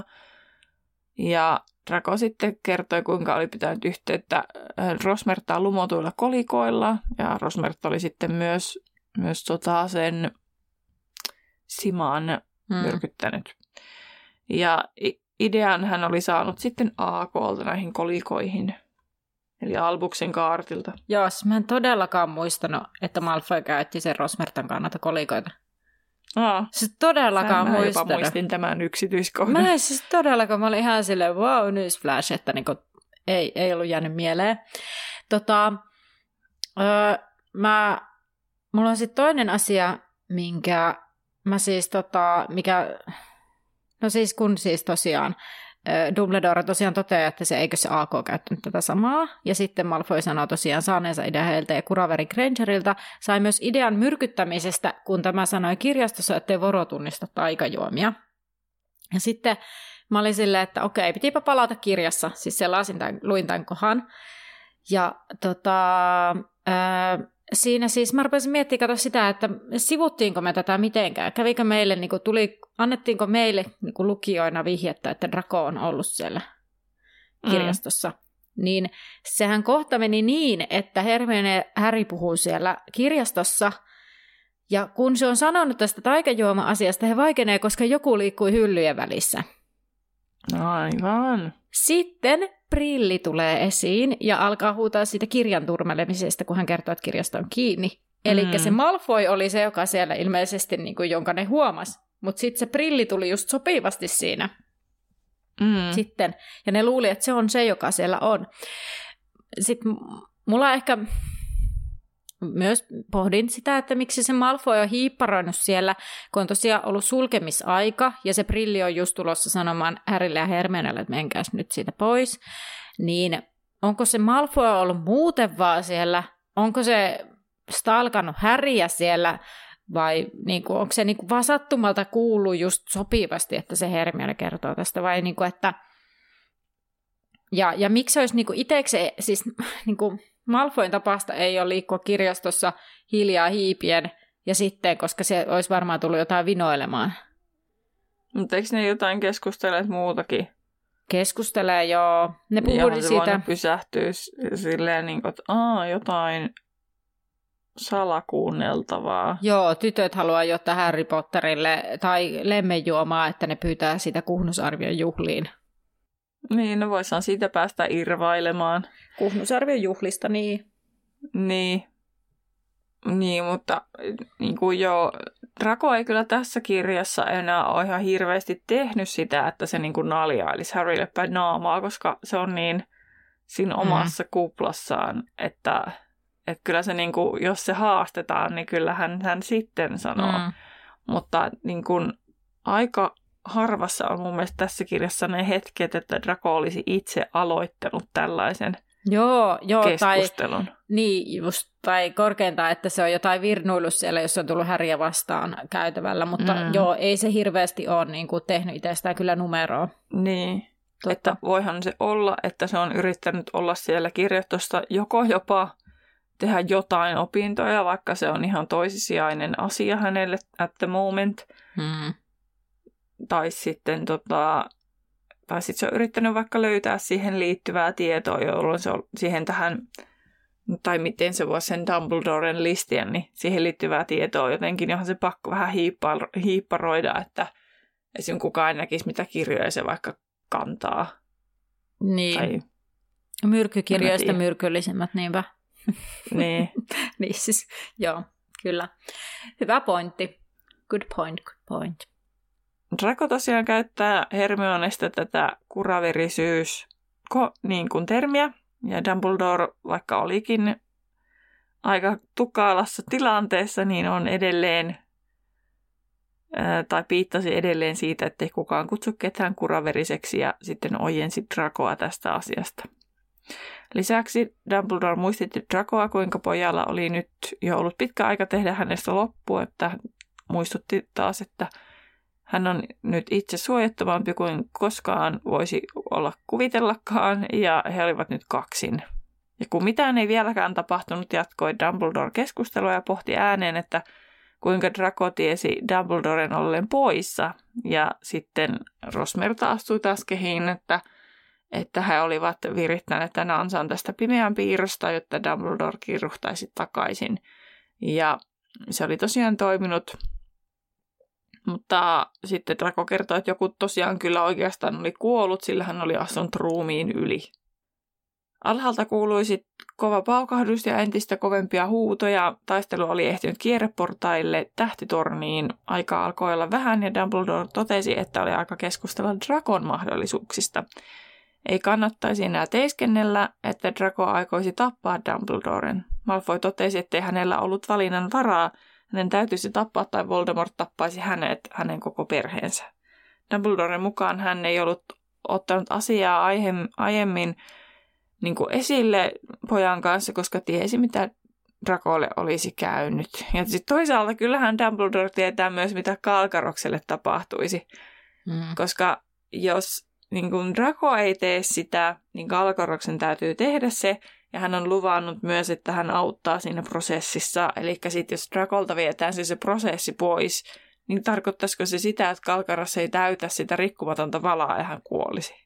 ja Draco sitten kertoi, kuinka oli pitänyt yhteyttä Rosmertaan lumotuilla kolikoilla ja Rosmerta oli sitten myös, myös tota sen Simaan hmm. myrkyttänyt. Ja idean hän oli saanut sitten A K:lta näihin kolikoihin, eli Albuksen kaartilta. Joo, mä en todellakaan muistanut, että Malfoy käytti sen Rosmertan kannalta kolikoita. Aa, siis todellakaan mä muistanut. jopa muistin tämän yksityiskohdan. Mä en siis todellakaan, mä olin ihan silleen wow, newsflash, että niinku, ei, ei ollut jäänyt mieleen. Tota, öö, mä, mulla on sitten toinen asia, minkä mä siis tota, mikä... No siis kun siis tosiaan Dumbledore tosiaan toteaa, että se eikö se A K käyttänyt tätä samaa. Ja sitten Malfoy sanoo tosiaan saaneensa idean heiltä ja Kuraveri Grangerilta sai myös idean myrkyttämisestä, kun tämä sanoi kirjastossa, ettei Voro tunnista taikajuomia. Ja sitten mä olin silleen, että okei, pitipä palata kirjassa. Siis sellaisin tämän, luin tämän kohan. Ja tota... Ää, siinä siis mä rupesin miettimään kato sitä, että sivuttiinko me tätä mitenkään. Kävikö meille, niin kuin tuli, annettiinko meille niin kuin lukijoina vihjettä, että Draco on ollut siellä kirjastossa. Mm. Niin sehän kohta meni niin, että Hermione ja Harry puhuu siellä kirjastossa. Ja kun se on sanonut tästä taikajuoma-asiasta, he vaikenee, koska joku liikkui hyllyjen välissä. Aivan. Sitten Prilli tulee esiin ja alkaa huutaa siitä kirjan turmelemisesta, kun hän kertoo, että kirjasto on kiinni. Eli mm. se Malfoy oli se, joka siellä ilmeisesti, niin kuin, jonka ne huomasi. Mutta sitten se Prilli tuli just sopivasti siinä. Mm. Sitten. Ja ne luuli, että se on se, joka siellä on. Sitten mulla ehkä myös pohdin sitä, että miksi se Malfoy on hiipparoinut siellä, kun on tosiaan ollut sulkemisaika, ja se Prilli on just tulossa sanomaan Harrylle ja Hermionelle, että menkääs nyt siitä pois, niin onko se Malfoy ollut muuten vaan siellä, onko se stalkannut Harryä siellä, vai niin kuin, onko se niin kuin vaan sattumalta kuullut just sopivasti, että se Hermione kertoo tästä, vai niin kuin, että ja, ja miksi olisi niin kuin itsekseen, siis niin kuin Malfoyn tapasta ei ole liikkua kirjastossa hiljaa hiipien, ja sitten, koska se olisi varmaan tullut jotain vinoilemaan. Mutta eikö ne jotain keskusteleet muutakin? Keskustelee, joo. Ne puhuivat siitä. Johon se pysähtyy silleen, niin kuin, että Aa, jotain salakuunneltavaa. Joo, tytöt haluaa jotta Harry Potterille tai lemmenjuomaa, että ne pyytää sitä Kuhnusarvion juhliin. Niin, no voisaan siitä päästä irvailemaan. Kuhnusarvion juhlista, niin. Niin. Niin, mutta niin kuin joo, Draco ei kyllä tässä kirjassa enää ole ihan hirveästi tehnyt sitä, että se niin kuin naljailisi Harrylle päin naamaa, koska se on niin siinä omassa mm. kuplassaan, että, että kyllä se niin kuin, jos se haastetaan, niin kyllähän hän sitten sanoo. Mm. Mutta niin kuin aika harvassa on mun mielestä tässä kirjassa ne hetket, että Draco olisi itse aloittanut tällaisen joo, joo, keskustelun. Tai, niin, just, tai korkeintaan, että se on jotain virnuillut siellä, jos on tullut Harryä vastaan käytävällä, mutta mm. joo, ei se hirveästi ole niin kuin, tehnyt itsestään kyllä numeroa. Niin, Totta. Että voihan se olla, että se on yrittänyt olla siellä kirjastossa joko jopa tehdä jotain opintoja, vaikka se on ihan toisisijainen asia hänelle at the moment. Mm. Tai sitten tota, tai sit se on yrittänyt vaikka löytää siihen liittyvää tietoa, jolloin se on siihen tähän, tai miten se voisi sen Dumbledoren listien, niin siihen liittyvää tietoa jotenkin, johon se pakko vähän hiipparoida, että esimerkiksi kukaan ei näkisi, mitä kirjoja se vaikka kantaa. Niin. Tai, myrkkykirjoista myrkyllisimmät, niinpä. Niin. Niin siis, joo, kyllä. Hyvä pointti. Good point, good point. Draco tosiaan käyttää Hermionesta tätä kuraverisyys niin kuin termiä, ja Dumbledore, vaikka olikin aika tukalassa tilanteessa, niin on edelleen, ää, tai piittasi edelleen siitä, ettei kukaan kutsu ketään kuraveriseksi, ja sitten ojensi Dracoa tästä asiasta. Lisäksi Dumbledore muistutti Dracoa, kuinka pojalla oli nyt jo ollut pitkä aika tehdä hänestä loppu, että muistutti taas, että hän on nyt itse suojattomampi kuin koskaan voisi olla kuvitellakaan, ja he olivat nyt kaksin. Ja kun mitään ei vieläkään tapahtunut, jatkoi Dumbledore keskustelua ja pohti ääneen, että kuinka Draco tiesi Dumbledoren ollen poissa. Ja sitten Rosmerta astui taas kehiin, että, että he olivat virittäneet tänä ansaan tästä pimeän piirrosta, jotta Dumbledore kiiruhtaisi takaisin. Ja se oli tosiaan toiminut. Mutta sitten Draco kertoi, että joku tosiaan kyllä oikeastaan oli kuollut, sillä hän oli astunut ruumiin yli. Alhaalta kuului sitten kova paukahdus ja entistä kovempia huutoja. Taistelu oli ehtinyt kierreportaille tähtitorniin. Aika alkoi olla vähän ja Dumbledore totesi, että oli aika keskustella Dracon mahdollisuuksista. Ei kannattaisi enää teeskennellä, että Draco aikoisi tappaa Dumbledoren. Malfoy totesi, ettei hänellä ollut valinnan varaa. Hänen täytyisi tappaa tai Voldemort tappaisi hänet, hänen koko perheensä. Dumbledoren mukaan hän ei ollut ottanut asiaa aiemmin niin kuin esille pojan kanssa, koska tiesi, mitä Dracolle olisi käynyt. Ja sitten toisaalta kyllähän Dumbledore tietää myös, mitä Kalkarokselle tapahtuisi. Mm. Koska jos niin kuin Draco ei tee sitä, niin Kalkaroksen täytyy tehdä se. Ja hän on luvannut myös, että hän auttaa siinä prosessissa. Eli sitten jos Dracolta vietään se, se prosessi pois, niin tarkoittaisiko se sitä, että Kalkaros ei täytä sitä rikkumatonta valaa ja hän kuolisi?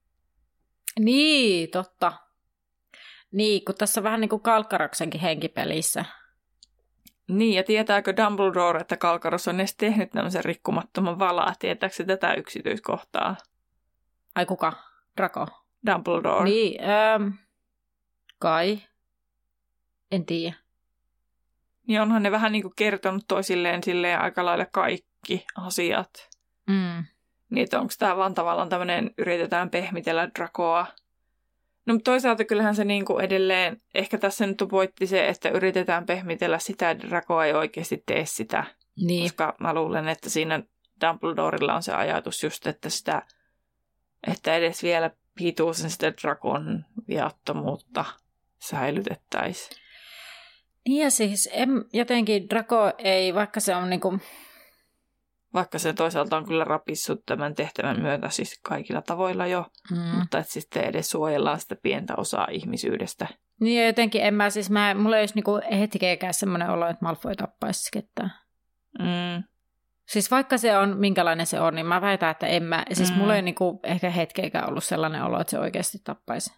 Niin, totta. Niin, kun tässä on vähän niin kuin Kalkaroksenkin henkipelissä. Niin, ja tietääkö Dumbledore, että Kalkaros on edes tehnyt tämmöisen rikkumattoman valaa? Tietääkö se tätä yksityiskohtaa? Ai kuka? Draco? Dumbledore. Niin, ähm, kai. En tiedä. Niin onhan ne vähän niin kuin kertonut toisilleen silleen aika lailla kaikki asiat. Mm. Niin, että onko tämä vaan tavallaan tämmöinen, yritetään pehmitellä Dracoa. No, mutta toisaalta kyllähän se niin kuin edelleen, ehkä tässä nyt on pointti se, että yritetään pehmitellä sitä, että Draco ei oikeasti tee sitä. Niin. Koska mä luulen, että siinä Dumbledorella on se ajatus just, että sitä, että edes vielä hituusen sitä Dracon viattomuutta säilytettäisiin. Niin ja siis en, jotenkin Draco ei, vaikka se on niinku... Vaikka se toisaalta on kyllä rapissut tämän tehtävän myötä siis kaikilla tavoilla jo, mm. mutta että sitten edes suojellaan sitä pientä osaa ihmisyydestä. Niin ja jotenkin en mä siis, mä, mulla ei olisi niinku hetkeäkään semmoinen olo, että Malfoy tappaisi ketään. Mm. Siis vaikka se on, minkälainen se on, niin mä väitän, että en mä, siis mm. mulla ei niinku ehkä hetkeäkään ollut sellainen olo, että se oikeasti tappaisi.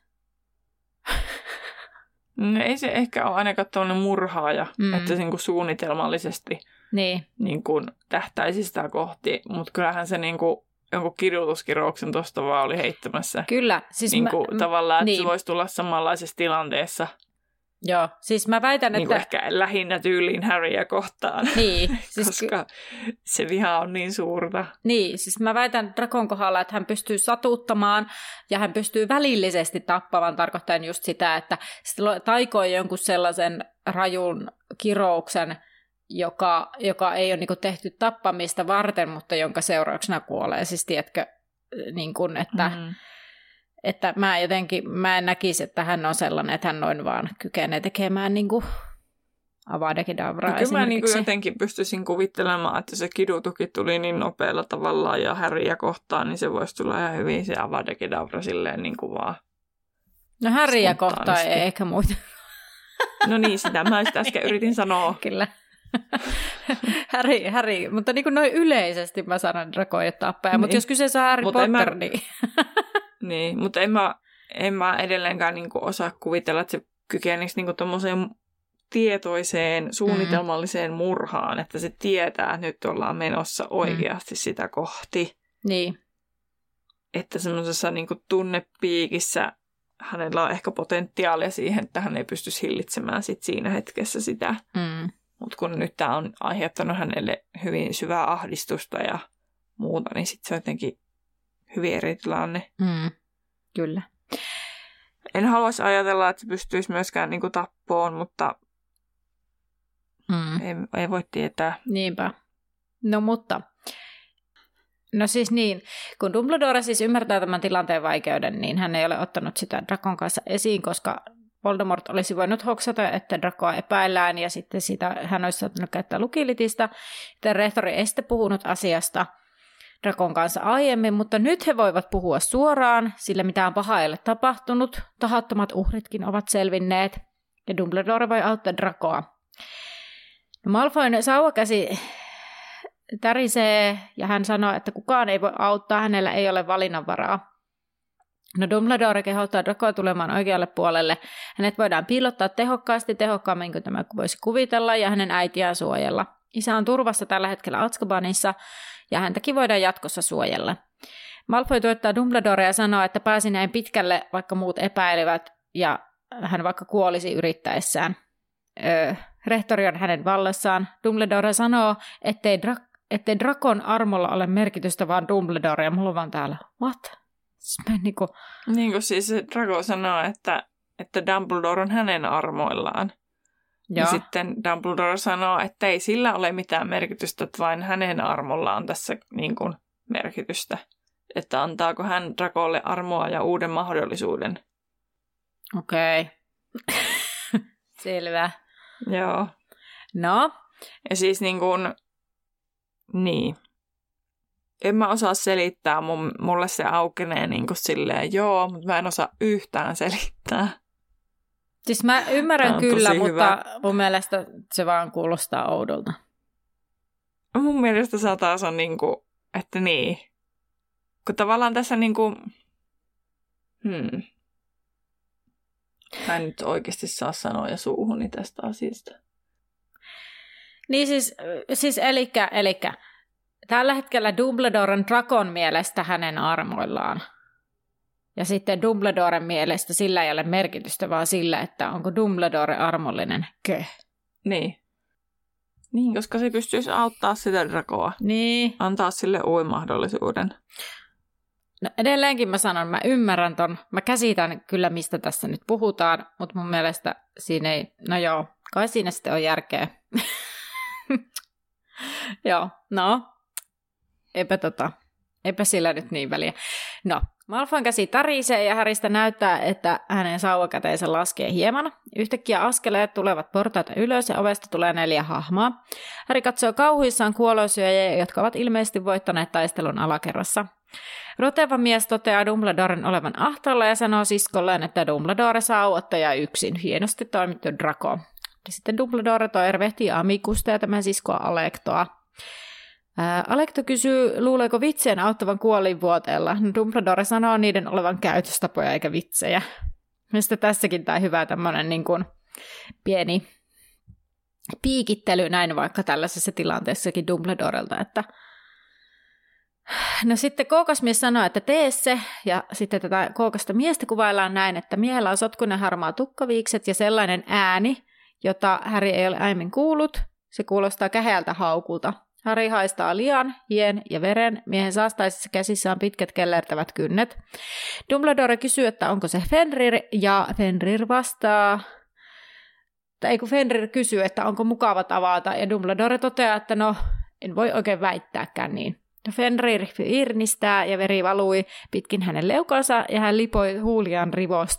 No ei se ehkä ole ainakaan tuollainen murhaaja, mm. että se niinku suunnitelmallisesti niin. Niinku tähtäisi sitä kohti, mutta kyllähän se niinku, jonkun kidutuskirouksen tuosta vaan oli heittämässä. Kyllä. Siis niinku, mä, tavallaan, että niin. se voisi tulla samanlaisessa tilanteessa. Joo, siis mä väitän, niin että... ehkä lähinnä tyyliin Harryä kohtaan, niin, siis koska ky... se viha on niin suurta. Niin, siis mä väitän Dracon kohdalla, että hän pystyy satuttamaan ja hän pystyy välillisesti tappamaan, tarkoittaen just sitä, että se taikoi jonkun sellaisen rajun kirouksen, joka, joka ei ole niinku tehty tappamista varten, mutta jonka seurauksena kuolee. Siis tiedätkö, niin kun, että... Mm. Että mä jotenkin, mä en näkisi, että hän on sellainen, että hän noin vaan kykenee tekemään niin kuin Avada Kedavraa no, kyllä mä niin kuin jotenkin pystyisin kuvittelemaan, että se kidutuki tuli niin nopealla tavalla ja Harryä kohtaan, niin se voisi tulla ihan hyvin se Avada Kedavra silleen niin kuin vaan no Harryä kohtaan ei ehkä muita. No niin, sitä mä just äsken yritin sanoa. Kyllä. Harry, Harry, mutta niin kuin noin yleisesti mä sanon, että Draco ei ole tappaja, niin. Mutta jos kyseessä on Harry mut Potter, mä... niin... niin, mutta en mä, en mä edelleenkään niin kuin osaa kuvitella, että se kykenisi niin kuin tommoseen tietoiseen, suunnitelmalliseen mm. murhaan, että se tietää, että nyt ollaan menossa oikeasti mm. sitä kohti. Niin. Että semmoisessa niin kuin tunnepiikissä hänellä on ehkä potentiaalia siihen, että hän ei pystyisi hillitsemään sit siinä hetkessä sitä. Mm. Mutta kun nyt tämä on aiheuttanut hänelle hyvin syvää ahdistusta ja muuta, niin sitten se on jotenkin hyvin eri tilanne. Mm. Kyllä. En haluaisi ajatella, että se pystyisi myöskään niin kuin tappoon, mutta mm. ei, ei voi tietää. Niinpä. No mutta... No siis niin, kun Dumbledore siis ymmärtää tämän tilanteen vaikeuden, niin hän ei ole ottanut sitä Dracon kanssa esiin, koska Voldemort olisi voinut hoksata, että Dracoa epäillään, ja sitten sitä hän olisi saattanut käyttää lukilitistä. Sitten rehtori ei sitten puhunut asiasta Dracon kanssa aiemmin, mutta nyt he voivat puhua suoraan, sillä mitään pahaa ei ole tapahtunut, tahattomat uhritkin ovat selvinneet, ja Dumbledore voi auttaa Dracoa. No Malfoyn sauvakäsi tärisee, ja hän sanoo, että kukaan ei voi auttaa, hänellä ei ole valinnanvaraa. No Dumbledore kehottaa Dracoa tulemaan oikealle puolelle. Hänet voidaan piilottaa tehokkaasti, tehokkaammin kuin tämä voisi kuvitella, ja hänen äitiään suojella. Isä on turvassa tällä hetkellä Azkabanissa, ja häntäkin voidaan jatkossa suojella. Malfoy tuottaa Dumbledorea ja sanoo, että pääsi näin pitkälle, vaikka muut epäilivät, ja hän vaikka kuolisi yrittäessään. Öö, rehtori on hänen vallassaan. Dumbledore sanoo, ettei, Dra- ettei Dracon armolla ole merkitystä, vaan Dumbledore, ja mulla on vaan täällä, what? Niin kuin... niin kuin siis Draco sanoo, että, että Dumbledore on hänen armoillaan. Ja. ja sitten Dumbledore sanoo, että ei sillä ole mitään merkitystä, että vain hänen armolla on tässä niin kuin merkitystä. Että antaako hän Dracolle armoa ja uuden mahdollisuuden. Okei. Okay. Selvä. Joo. No? Ja siis niin kuin, niin. En mä osaa selittää, mun, mulle se aukenee niin kuin silleen, joo, mutta mä en osaa yhtään selittää. Siis mä ymmärrän kyllä, mutta hyvä. Mun mielestä se vaan kuulostaa oudolta. Mun mielestä se taas on niin kuin, että niin. Kun tavallaan tässä niin kuin, hmm. Mä en nyt oikeasti saa sanoja suuhuni tästä asiasta. Niin siis, siis elikkä, elikkä. Tällä hetkellä Dumbledore on Dracon mielestä hänen armoillaan. Ja sitten Dumbledoren mielestä sillä ei ole merkitystä, vaan sillä, että onko Dumbledore armollinen. Kö? Niin. Niin, koska se pystyisi auttaa sitä Dracoa. Niin. Antaa sille uuden mahdollisuuden. No edelleenkin mä sanon, mä ymmärrän ton. Mä käsitän kyllä, mistä tässä nyt puhutaan, mutta mun mielestä siinä ei, no joo, kai siinä sitten on järkeä. Joo, no. Eipä, tota, eipä sillä nyt niin väliä. No, Malfoyn käsi tarisee ja Harrystä näyttää, että hänen sauvakäteensä laskee hieman. Yhtäkkiä askeleet tulevat portaita ylös ja ovesta tulee neljä hahmoa. Harry katsoo kauhuissaan kuolosyöjiä, jotka ovat ilmeisesti voittaneet taistelun alakerrassa. Roteva mies toteaa Dumbledoren olevan ahtaalla ja sanoo siskolleen, että Dumbledore saa ottaja yksin. Hienosti toimittu Draco. Ja sitten Dumbledore tervehtii Amikusta ja tämän siskoa Alektoa. Ää, Alekto kysyy, luuleeko vitsien auttavan kuolinvuoteella. No, Dumbledore sanoo niiden olevan käytöstapoja eikä vitsejä. Ja sitten tässäkin tämä hyvä tämmöinen niin kuin pieni piikittely näin vaikka tällaisessa tilanteessakin Dumbledorelta, että no sitten kookasmies sanoo, että tee se, ja sitten tätä kookasta miestä kuvaillaan näin, että miehellä on sotkunen harmaa tukkaviikset ja sellainen ääni, jota Harry ei ole aiemmin kuullut. Se kuulostaa käheältä haukulta. Harry haistaa lian, hien ja veren. Miehen saastaisissa käsissä on pitkät kellertävät kynnet. Dumbledore kysyy, että onko se Fenrir, ja Fenrir vastaa, tai kun Fenrir kysyy, että onko mukava tavata, ja Dumbledore toteaa, että no, en voi oikein väittääkään niin. No Fenrir irnistää ja veri valui pitkin hänen leukansa, ja hän lipoi huuliaan rivosti.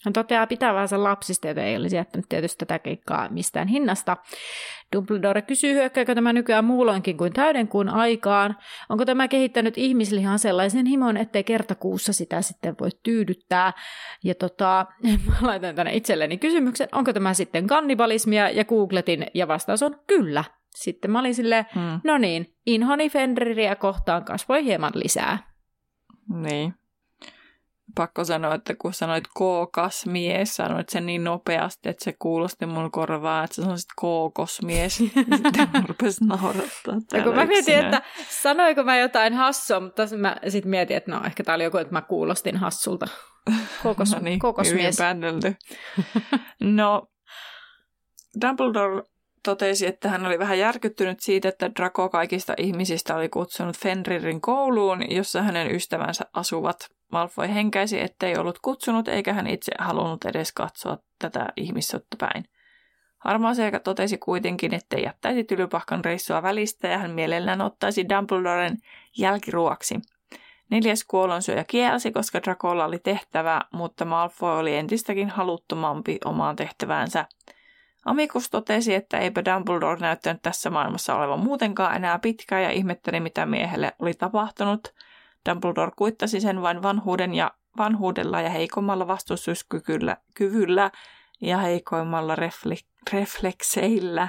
Hän toteaa pitävänsä lapsista, joten ei olisi jättänyt tietysti tätä keikkaa mistään hinnasta. Dumbledore kysyy, hyökkääkö tämä nykyään muulloinkin kuin täydenkuun aikaan. Onko tämä kehittänyt ihmislihan sellaisen himon, ettei kertakuussa sitä sitten voi tyydyttää. Ja tota, mä laitan tänne itselleni kysymyksen, onko tämä sitten kannibalismia, ja googletin, ja vastaus on kyllä. Sitten mä olin silleen, hmm. no niin, inhoni Fenririä kohtaan kasvoi hieman lisää. Niin. Pakko sanoa, että kun sanoit kookasmies, sanoit sen niin nopeasti, että se kuulosti mun korvaan, että sä sanoisit kookosmies. Sitten mä rupesin naurattaa. Ja kun mä mietin, että sanoiko mä jotain hassua, mutta mä sitten mietin, että no ehkä tää oli joku, että mä kuulostin hassulta. Kookos, no niin, kookosmies. hyvin päännelty. No, Dumbledore totesi, että hän oli vähän järkyttynyt siitä, että Draco kaikista ihmisistä oli kutsunut Fenririn kouluun, jossa hänen ystävänsä asuvat. Malfoy henkäisi, ettei ollut kutsunut, eikä hän itse halunnut edes katsoa tätä ihmissotta päin. Harmaaseika totesi kuitenkin, ettei jättäisi Tylypahkan reissua välistä ja hän mielellään ottaisi Dumbledoren jälkiruoksi. Neljäs kuollonsyöjä kielsi, koska Dracolla oli tehtävä, mutta Malfoy oli entistäkin haluttomampi omaan tehtäväänsä. Amicus totesi, että eipä Dumbledore näyttänyt tässä maailmassa olevan muutenkaan enää pitkään ja ihmetteli, mitä miehelle oli tapahtunut. Dumbledore kuittasi sen vain vanhuuden ja, vanhuudella ja heikommalla vastustuskyvyllä kyvyllä ja heikoimmalla refle- reflekseillä.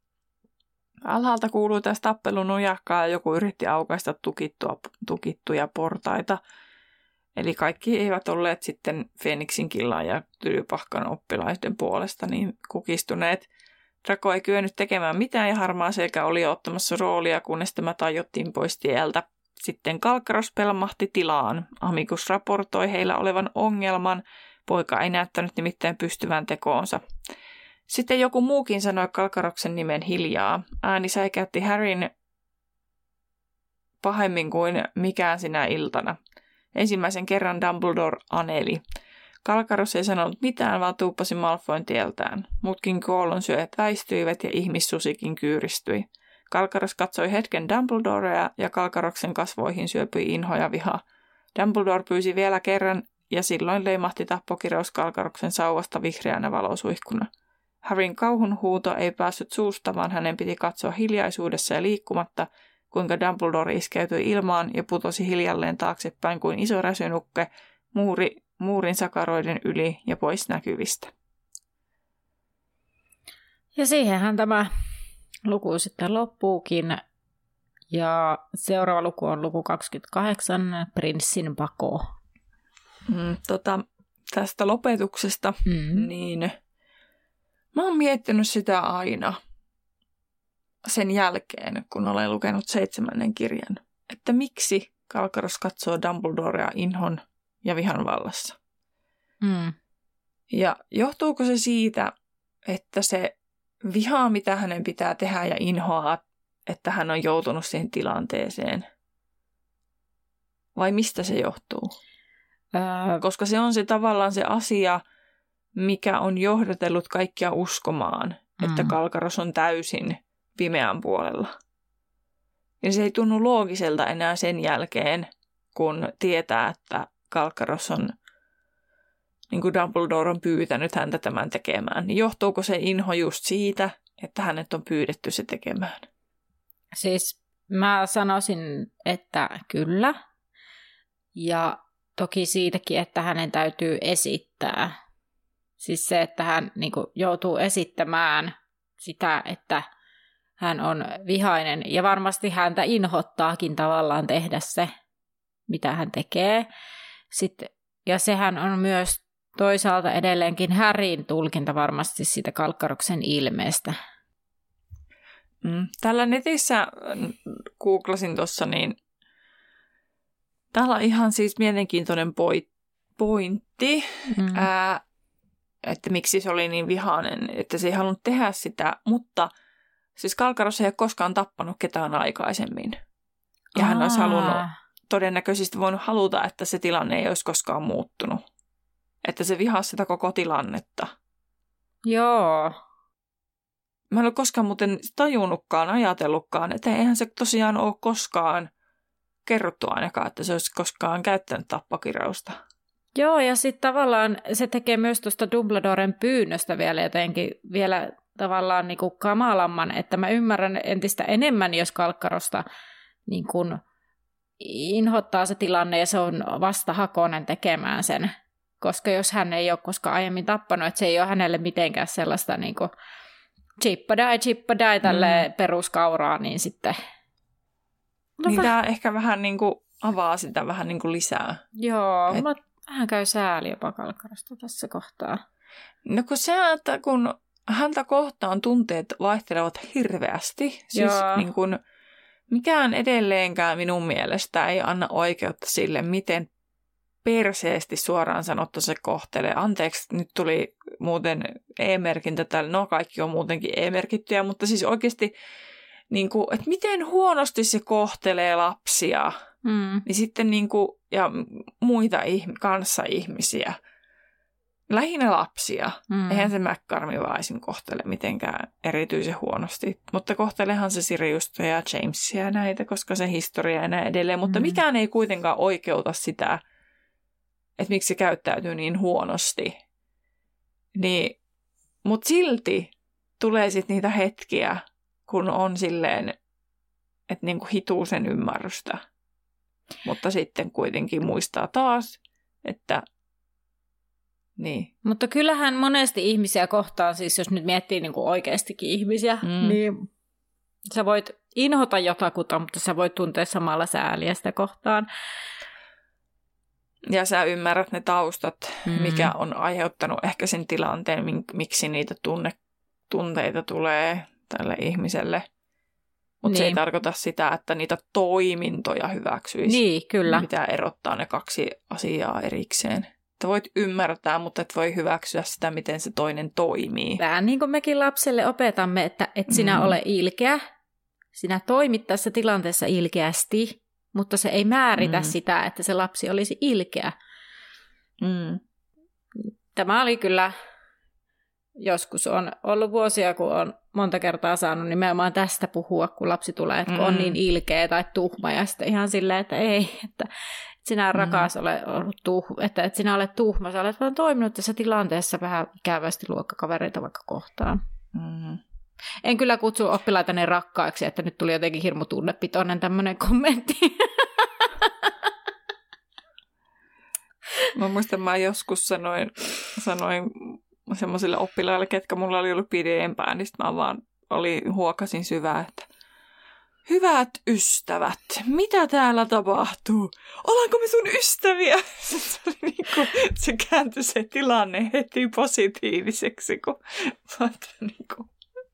Alhaalta kuului taas tappelun nujakkaa ja joku yritti aukaista tukittua, tukittuja portaita. Eli kaikki eivät olleet sitten Feeniksin killan ja Tylypahkan oppilaisten puolesta niin kukistuneet. Draco ei kyennyt tekemään mitään ja Harmaaselkä oli ottamassa roolia, kunnes tämä tajottiin pois tieltä. Sitten Kalkkaros pelmahti tilaan. Amicus raportoi heillä olevan ongelman. Poika ei näyttänyt nimittäin pystyvän tekoonsa. Sitten joku muukin sanoi Kalkkaroksen nimen hiljaa. Ääni säikäytti Harryn pahemmin kuin mikään sinä iltana. Ensimmäisen kerran Dumbledore aneli. Kalkkaros ei sanonut mitään, vaan tuuppasi Malfoyn tieltään. Muutkin kuollonsyöjät väistyivät ja ihmissusikin kyyristyi. Kalkkaros katsoi hetken Dumbledorea ja Kalkkaroksen kasvoihin syöpyi inho ja viha. Dumbledore pyysi vielä kerran ja silloin leimahti tappokirous Kalkkaroksen sauvasta vihreänä valosuihkuna. Harryn kauhun huuto ei päässyt suusta, vaan hänen piti katsoa hiljaisuudessa ja liikkumatta, kuinka Dumbledore iskeytyi ilmaan ja putosi hiljalleen taaksepäin kuin iso räsynukke muuri, muurin sakaroiden yli ja pois näkyvistä. Ja siihenhän tämä luku sitten loppuukin. Ja seuraava luku on luku kaksikymmentäkahdeksan, Prinssin pako. Mm, tota, tästä lopetuksesta, mm. niin mä oon miettinyt sitä aina sen jälkeen, kun olen lukenut seitsemännen kirjan, että miksi Kalkkaros katsoo Dumbledorea inhon ja vihan vallassa. Mm. Ja johtuuko se siitä, että se vihaa, mitä hänen pitää tehdä ja inhoaa, että hän on joutunut siihen tilanteeseen? Vai mistä se johtuu? Ää... Koska se on se tavallaan se asia, mikä on johdatellut kaikkia uskomaan, mm. että Kalkkaros on täysin pimeän puolella. Ja se ei tunnu loogiselta enää sen jälkeen, kun tietää, että Kalkkaros on, niin kuin Dumbledore on pyytänyt häntä tämän tekemään. Niin johtuuko se inho just siitä, että hänet on pyydetty se tekemään? Siis mä sanoisin, että kyllä. Ja toki siitäkin, että hänen täytyy esittää. Siis se, että hän niin kuin, joutuu esittämään sitä, että hän on vihainen. Ja varmasti häntä inhottaakin tavallaan tehdä se, mitä hän tekee. Sitten, ja sehän on myös toisaalta edelleenkin Harryn tulkinta varmasti siitä Kalkkaroksen ilmeestä. Mm. Tällä netissä googlasin tuossa, niin täällä on ihan siis mielenkiintoinen pointti, mm. ää, että miksi se oli niin vihainen, että se ei halunnut tehdä sitä, mutta siis Kalkkaros ei ole koskaan tappanut ketään aikaisemmin. Ja hän olisi halunnut, todennäköisesti voinut haluta, että se tilanne ei olisi koskaan muuttunut. Että se vihasi sitä koko tilannetta. Joo. Mä en ole koskaan muuten tajunnutkaan, ajatellutkaan, että eihän se tosiaan ole koskaan kerrottu ainakaan, että se olisi koskaan käyttänyt tappokirjausta. Joo, ja sitten tavallaan se tekee myös tuosta Dumbledoren pyynnöstä vielä jotenkin vielä tavallaan niin kuin kamalamman, että mä ymmärrän entistä enemmän, jos Kalkkarosta niin kuin inhottaa se tilanne ja se on vastahakoinen tekemään sen, koska jos hän ei ole koskaan aiemmin tappanut, että se ei ole hänelle mitenkään sellaista niin kuin chippadai, chippadai tälle mm. peruskauraa, niin sitten... No niin tämä ehkä vähän niin kuin avaa sitä vähän niin kuin lisää. Joo, Et... mä vähän käy sääli jopa Kalkkarosta tässä kohtaa. No kun se, että kun häntä kohtaan tunteet vaihtelevat hirveästi, siis niin kuin mikään edelleenkään minun mielestä ei anna oikeutta sille, miten perseesti suoraan sanottu se kohtelee. Anteeksi, nyt tuli muuten E-merkintä täällä. No kaikki on muutenkin E-merkittyjä, mutta siis oikeasti, niin kuin, että miten huonosti se kohtelee lapsia. Mm. Niin sitten niin kuin, ja muita ihm- kanssaihmisiä. Lähinnä lapsia. Mm. Eihän se McCormick kohtele mitenkään erityisen huonosti. Mutta kohtelehan se Siriusta ja Jamesia ja näitä, koska se historia ja näin edelleen. Mutta mm. mikään ei kuitenkaan oikeuta sitä, että miksi se käyttäytyy niin huonosti. Niin, mutta silti tulee sitten niitä hetkiä, kun on silleen, että niinku hituu sen ymmärrystä. Mutta sitten kuitenkin muistaa taas, että niin. Mutta kyllähän monesti ihmisiä kohtaan, siis jos nyt miettii niin kuin oikeastikin ihmisiä, mm. niin sä voit inhota jotakuta, mutta sä voit tuntea samalla sääliä sitä kohtaan. Ja sä ymmärrät ne taustat, mm. mikä on aiheuttanut ehkä sen tilanteen, miksi niitä tunne, tunteita tulee tälle ihmiselle. Mutta niin. Se ei tarkoita sitä, että niitä toimintoja hyväksyisi. Niin, kyllä. Mitä erottaa ne kaksi asiaa erikseen. Että voit ymmärtää, mutta et voi hyväksyä sitä, miten se toinen toimii. Vähän niin kuin mekin lapselle opetamme, että et sinä mm. ole ilkeä. Sinä toimit tässä tilanteessa ilkeästi, mutta se ei määritä mm. sitä, että se lapsi olisi ilkeä. Mm. Tämä oli kyllä, joskus on ollut vuosia, kun on monta kertaa saanut nimenomaan tästä puhua, kun lapsi tulee, että kun mm. on niin ilkeä tai tuhma, ja sitten ihan silleen, että ei, että sinä rakas mm. ole ollut tuhma, että, että sinä olet tuhma, sä olet vaan toiminut tässä tilanteessa vähän ikävästi luokkakavereita vaikka kohtaan. Mm. En kyllä kutsu oppilaitani rakkaiksi, että nyt tuli jotenkin hirmu tunnepitoinen tämmöinen kommentti. Mä muistan, mä joskus sanoin, sanoin semmoisille oppilaille, ketkä mulla oli ollut pidempään, niin mä vaan oli, huokasin syvää, että hyvät ystävät, mitä täällä tapahtuu? Ollaanko me sun ystäviä? Se, oli niin kuin, se kääntyi se tilanne heti positiiviseksi, kun mä niin kuin,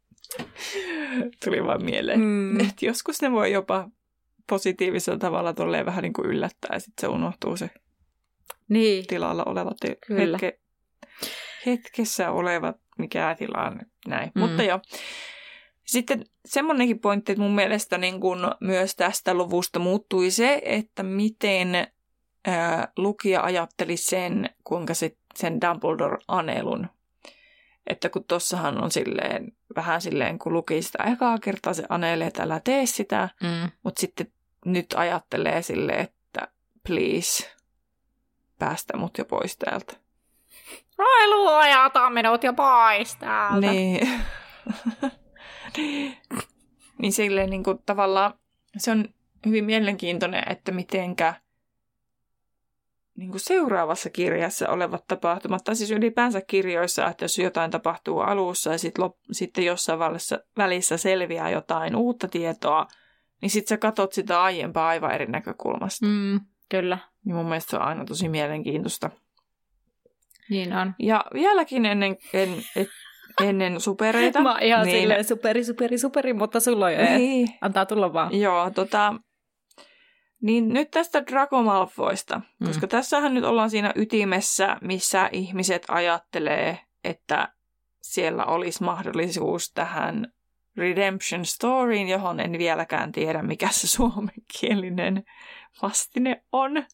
tuli vaan mieleen, mm. että joskus ne voi jopa positiivisella tavalla tolleen vähän niin kuin yllättää, ja sitten se unohtuu se niin. tilalla oleva te- hetke, hetkessä oleva mikä tilanne. Näin. Mm. Mutta joo. Sitten semmoinenkin pointti, että mun mielestä niin kun myös tästä luvusta muuttui se, että miten ää, lukija ajatteli sen, kuinka se, sen Dumbledore-anelun. Että kun tossahan on silleen, vähän silleen, kun luki sitä ekaa kertaa, se anelee, että älä tee sitä, mm. mutta sitten nyt ajattelee silleen, että please, päästä mut jo pois täältä. Ai luoja, ota minut jo pois täältä. Niin. Niin silleen niin kuin tavallaan se on hyvin mielenkiintoinen, että mitenkä niin kuin seuraavassa kirjassa olevat tapahtumat, tai siis ylipäänsä kirjoissa, että jos jotain tapahtuu alussa ja sit lop, sitten jossain välissä, välissä selviää jotain uutta tietoa, niin sitten sä katot sitä aiempaa aivan eri näkökulmasta. Mm, kyllä. Niin mun mielestä se on aina tosi mielenkiintoista. Niin on. Ja vieläkin ennen, en, et, ennen supereita. Mä oon ihan niin, silleen superi, superi, superi, mutta sulla on jo niin. Antaa tulla vaan. Joo, tota... Niin nyt tästä Draco Malfoysta, mm. koska tässähän nyt ollaan siinä ytimessä, missä ihmiset ajattelee, että siellä olisi mahdollisuus tähän redemption storyin, johon en vieläkään tiedä, mikä se suomenkielinen vastine on.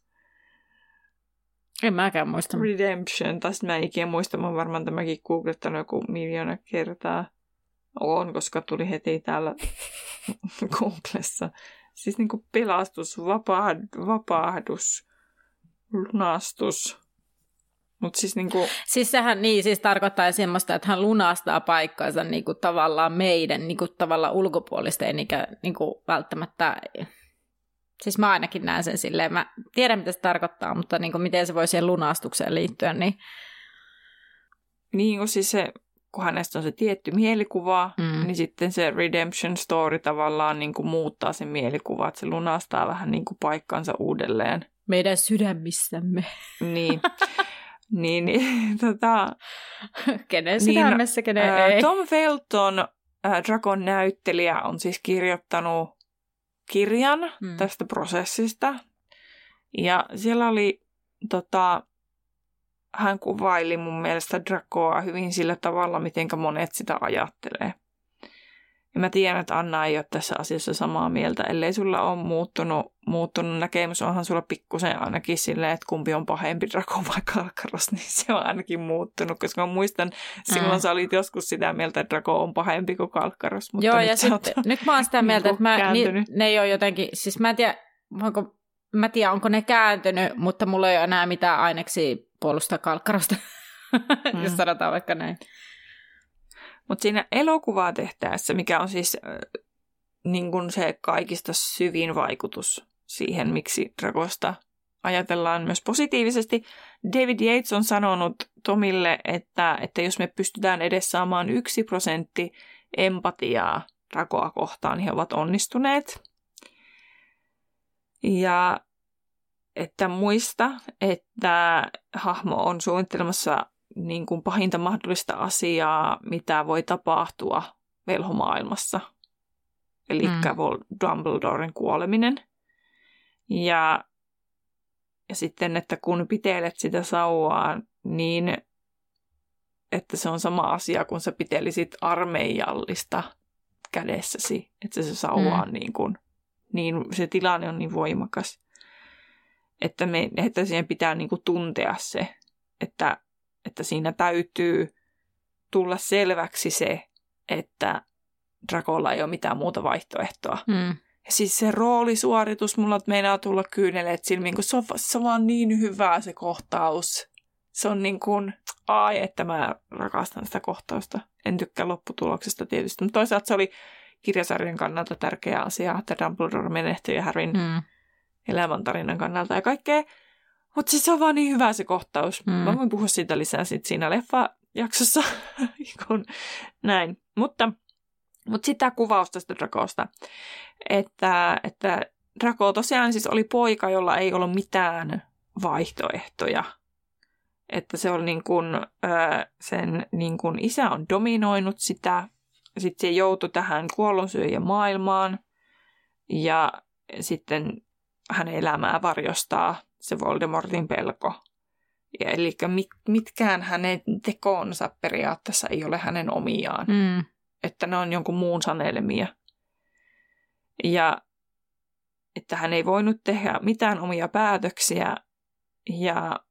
En mäkään muista. Redemption, tai mä en ikinä muista, mä oon varmaan tämäkin googlettanut joku miljoona kertaa. On, koska tuli heti täällä Googlessa. Siis niin kuin pelastus, vapahdus, lunastus. Mutta siis niinku... Siis sehän niin, siis tarkoittaa semmoista, että hän lunastaa paikkansa niinku tavallaan meidän niinku tavallaan ulkopuolisten, eikä niinku välttämättä... Siis mä ainakin näen sen silleen, mä tiedän mitä se tarkoittaa, mutta niinku miten se voi siihen lunastukseen liittyä, niin... Niin kuin siis se, kun hänestä on se tietty mielikuva, mm. niin sitten se redemption story tavallaan niinku muuttaa sen mielikuva, että se lunastaa vähän niinku paikkansa uudelleen. Meidän sydämissämme. Niin. Niin, niin tota... Kenen sydämessä, niin, kenen ää, ei. Tom Felton, ää, Dragon näyttelijä, on siis kirjoittanut kirjan mm. tästä prosessista. Ja siellä oli, tota, hän kuvaili mun mielestä Dracoa hyvin sillä tavalla, mitenkä monet sitä ajattelee. Ja mä tiedän, että Anna ei ole tässä asiassa samaa mieltä, ellei sulla ole muuttunut, muuttunut näkemys. Onhan sulla pikkusen ainakin silleen, että kumpi on pahempi, Draco vai Kalkkaros, niin se on ainakin muuttunut. Koska mä muistan, silloin mm. sä olit joskus sitä mieltä, että Draco on pahempi kuin Kalkkaros. Mutta joo, nyt ja sitten, nyt mä oon sitä mieltä, että mä, ni, ne ei ole jotenkin, siis mä en tiedä, onko, mä tiedän, onko ne kääntynyt, mutta mulla ei ole enää mitään aineksia puolustaa Kalkkarosta, mm. jos sanotaan vaikka näin. Mutta siinä elokuvaa tehtäessä, mikä on siis äh, niin kun se kaikista syvin vaikutus siihen, miksi Dracosta ajatellaan myös positiivisesti, David Yates on sanonut Tomille, että, että jos me pystytään edes saamaan yksi prosentti empatiaa Dracoa kohtaan, niin he ovat onnistuneet. Ja että muista, että hahmo on suunnittelemassa niin kuin pahinta mahdollista asiaa, mitä voi tapahtua velhomaailmassa. Eli mm. Dumbledoren kuoleminen. Ja, ja sitten, että kun pitelet sitä sauvaa, niin että se on sama asia, kun sä pitelisit armeijallista kädessäsi. Että se sauva on mm. niin kuin, niin, se tilanne on niin voimakas. Että, me, että siihen pitää niin kuin tuntea se, että että siinä täytyy tulla selväksi se, että Dracolla ei ole mitään muuta vaihtoehtoa. Mm. Ja siis se roolisuoritus, mulla meinaa tulla kyyneleet silmiin, kun se on, se on vaan niin hyvä se kohtaus. Se on niin kuin, ai että mä rakastan sitä kohtausta. En tykkää lopputuloksesta tietysti, mutta toisaalta se oli kirjasarjan kannalta tärkeä asia, että Dumbledore menehtyi ja Harryn mm. elämäntarinan kannalta ja kaikkea. Mutta siis se on vaan niin hyvä se kohtaus. Mm. Mä voin puhua siitä lisää sit siinä leffa-jaksossa. Näin. Mutta, mutta sitten tämä kuvaus tästä Dracosta. Että, että Draco tosiaan siis oli poika, jolla ei ollut mitään vaihtoehtoja. Että se oli niin kuin, sen niin kuin isä on dominoinut sitä. Sitten se joutui tähän kuollonsyöjän maailmaan. Ja sitten hänen elämää varjostaa se Voldemortin pelko. Ja eli mit, mitkään hänen tekonsa periaatteessa ei ole hänen omiaan. Mm. Että ne on jonkun muun sanelemia. Ja että hän ei voinut tehdä mitään omia päätöksiä. Ja,